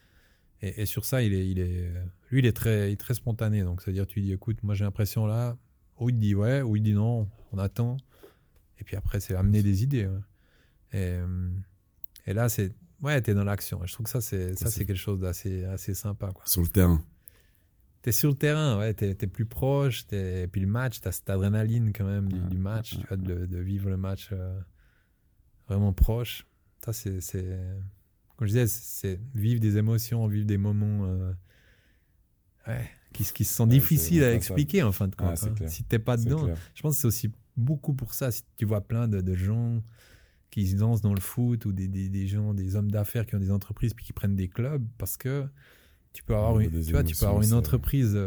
Et sur ça, lui, il est très spontané. Donc, c'est-à-dire, tu dis, écoute, moi, j'ai l'impression là, ou il te dit ouais, ou il dit non, on attend. Et puis après, c'est amener des idées. Ouais. Et là, t'es dans l'action. Et je trouve que ça, c'est quelque chose d'assez sympa, quoi. Sur le terrain. T'es sur le terrain, ouais, t'es plus proche. Et puis le match, t'as cette adrénaline quand même du match, tu vois, de vivre le match vraiment proche. Ça, c'est... Comme je disais, c'est vivre des émotions, vivre des moments qui se sont difficiles à expliquer, en fin de compte. Si tu n'es pas dedans, je pense que c'est aussi beaucoup pour ça. Si tu vois plein de gens qui se lancent dans le foot, ou des gens, des hommes d'affaires qui ont des entreprises puis qui prennent des clubs, parce que tu peux avoir une entreprise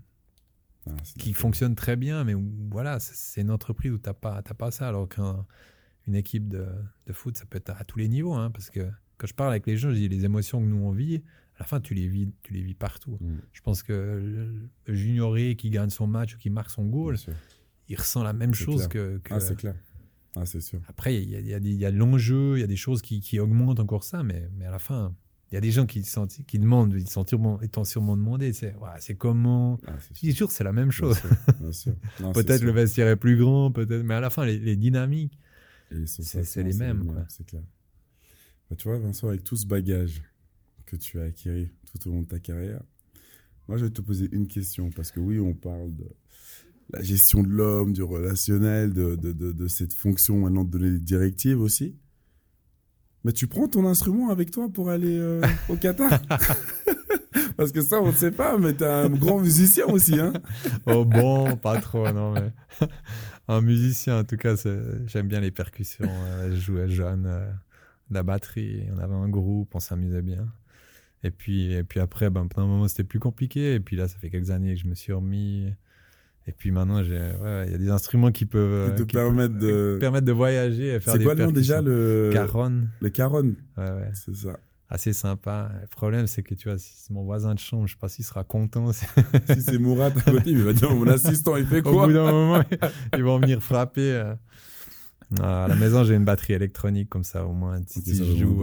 qui fonctionne très bien, mais voilà, c'est une entreprise où tu n'as pas ça, alors qu'une équipe de foot, ça peut être à tous les niveaux, hein, parce que quand je parle avec les gens, je dis les émotions que nous on vit, à la fin tu les vis partout. Je pense que le junioré qui gagne son match ou qui marque son goal, il ressent la même chose que... c'est clair. C'est sûr. Après, il y a l'enjeu, il y a des choses qui augmentent encore ça, mais à la fin, il y a des gens qui demandent, ils t'ont sûrement demandé, c'est comment... Je dis toujours, c'est la même chose. Bien sûr. Non, peut-être le vestiaire est plus grand, peut-être, mais à la fin, les dynamiques, c'est les mêmes. Quoi. C'est clair. Tu vois, Vincent, avec tout ce bagage que tu as acquis tout au long de ta carrière, moi, je vais te poser une question. Parce que oui, on parle de la gestion de l'homme, du relationnel, de cette fonction maintenant de donner des directives aussi. Mais tu prends ton instrument avec toi pour aller au Qatar? Parce que ça, on ne sait pas, mais tu es un grand musicien aussi. Hein? Oh bon, pas trop, non. Mais... un musicien, en tout cas, j'aime bien les percussions. Je jouais jeune. La batterie, on avait un groupe, on s'amusait bien. Et puis après, pendant un moment, c'était plus compliqué. Et puis là, ça fait quelques années que je me suis remis. Et puis maintenant, il y a des instruments qui peuvent permettre de voyager et faire des percussions. C'est quoi le nom déjà? Le caron. Le caron. Ouais. C'est ça. Assez sympa. Le problème, c'est que tu vois, si c'est mon voisin de chambre, je ne sais pas s'il sera content. Si c'est Mourad à côté, il va dire mon assistant, il fait quoi? Au bout d'un moment, ils vont venir frapper. À la maison, j'ai une batterie électronique comme ça, au moins, si je joue.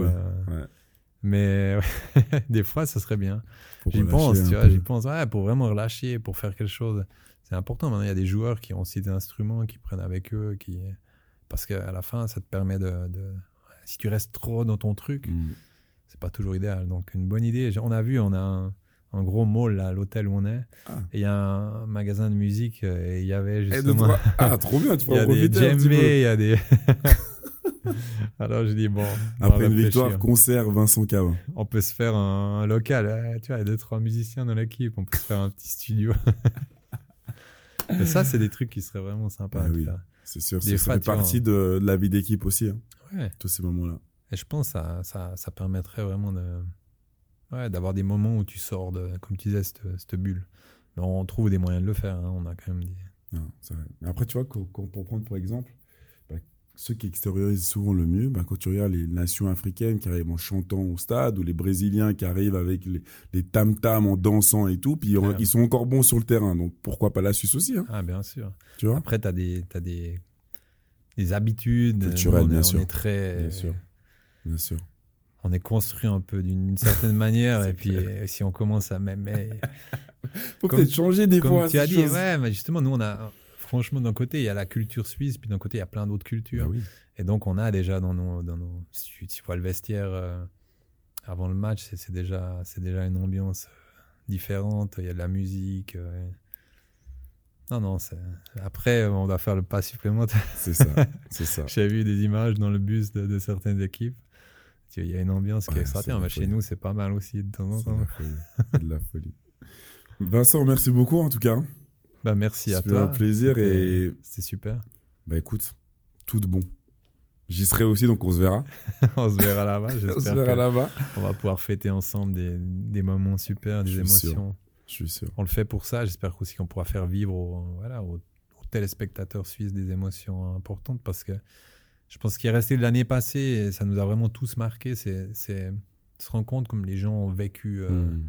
Mais des fois, ça serait bien. J'y pense, pour vraiment relâcher, pour faire quelque chose. C'est important. Maintenant, il y a des joueurs qui ont aussi des instruments, qui prennent avec eux, parce qu'à la fin, ça te permet si tu restes trop dans ton truc, c'est pas toujours idéal. Donc, une bonne idée. On a un gros mall là, à l'hôtel où on est. Et il y a un magasin de musique et il y avait justement... trop bien, tu peux en profiter. Il y a des djembés, il y a des... Alors je dis bon. Après une victoire, concert Vincent Cavin. On peut se faire un local. Tu vois, il y a 2-3 musiciens dans l'équipe. On peut se faire un petit studio. Mais ça, c'est des trucs qui seraient vraiment sympas à faire. C'est sûr. Ça fait partie de la vie d'équipe aussi. Hein, ouais. Tous ces moments-là. Et je pense que ça permettrait vraiment d'avoir des moments où tu sors de, comme tu disais, cette bulle. Mais on trouve des moyens de le faire. Hein. On a quand même des... Non, c'est vrai. Mais après, tu vois, pour prendre pour exemple, ceux qui extériorisent souvent le mieux, quand tu regardes les nations africaines qui arrivent en chantant au stade, ou les Brésiliens qui arrivent avec les tam-tams en dansant et tout, puis ils sont encore bons sur le terrain. Donc pourquoi pas la Suisse aussi, hein. Ah, bien sûr. Tu vois. Après, t'as des habitudes culturelles, bien sûr. On est très... Bien sûr. On est construit un peu d'une certaine manière, et puis si on commence à même... Faut peut-être changer des fois. Comme tu as dit, mais justement, nous, on a... Franchement, d'un côté, il y a la culture suisse, puis d'un côté, il y a plein d'autres cultures. Ah oui. Et donc, on a déjà dans nos si tu vois le vestiaire avant le match, c'est déjà une ambiance différente. Il y a de la musique. Non, après, on doit faire le pas supplémentaire. C'est ça. J'ai vu des images dans le bus de certaines équipes. Il y a une ambiance qui est extraordinaire. Mais chez nous, c'est pas mal aussi de temps en temps. C'est de la folie. Vincent, merci beaucoup en tout cas. Merci à toi. C'était un plaisir et... C'était super. Écoute, tout de bon. J'y serai aussi, donc on se verra. On se verra là-bas, j'espère. On se verra là-bas. On va pouvoir fêter ensemble des moments super, des émotions. Je suis sûr. On le fait pour ça. J'espère aussi qu'on pourra faire vivre aux téléspectateurs suisses des émotions importantes, parce que je pense qu'il est resté de l'année passée et ça nous a vraiment tous marqué. C'est se rendre compte comme les gens ont vécu...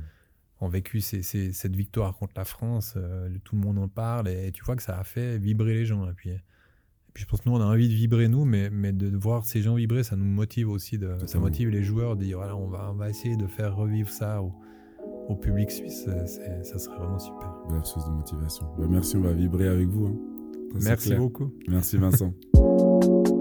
cette victoire contre la France, tout le monde en parle, et tu vois que ça a fait vibrer les gens. Et puis je pense que nous, on a envie de vibrer, nous, mais de voir ces gens vibrer, ça nous motive aussi. Ça motive les joueurs de dire, voilà, on va essayer de faire revivre ça au public suisse. Ça serait vraiment super. Belle source de motivation. Merci, on va vibrer avec vous. Hein. Merci beaucoup. Merci Vincent.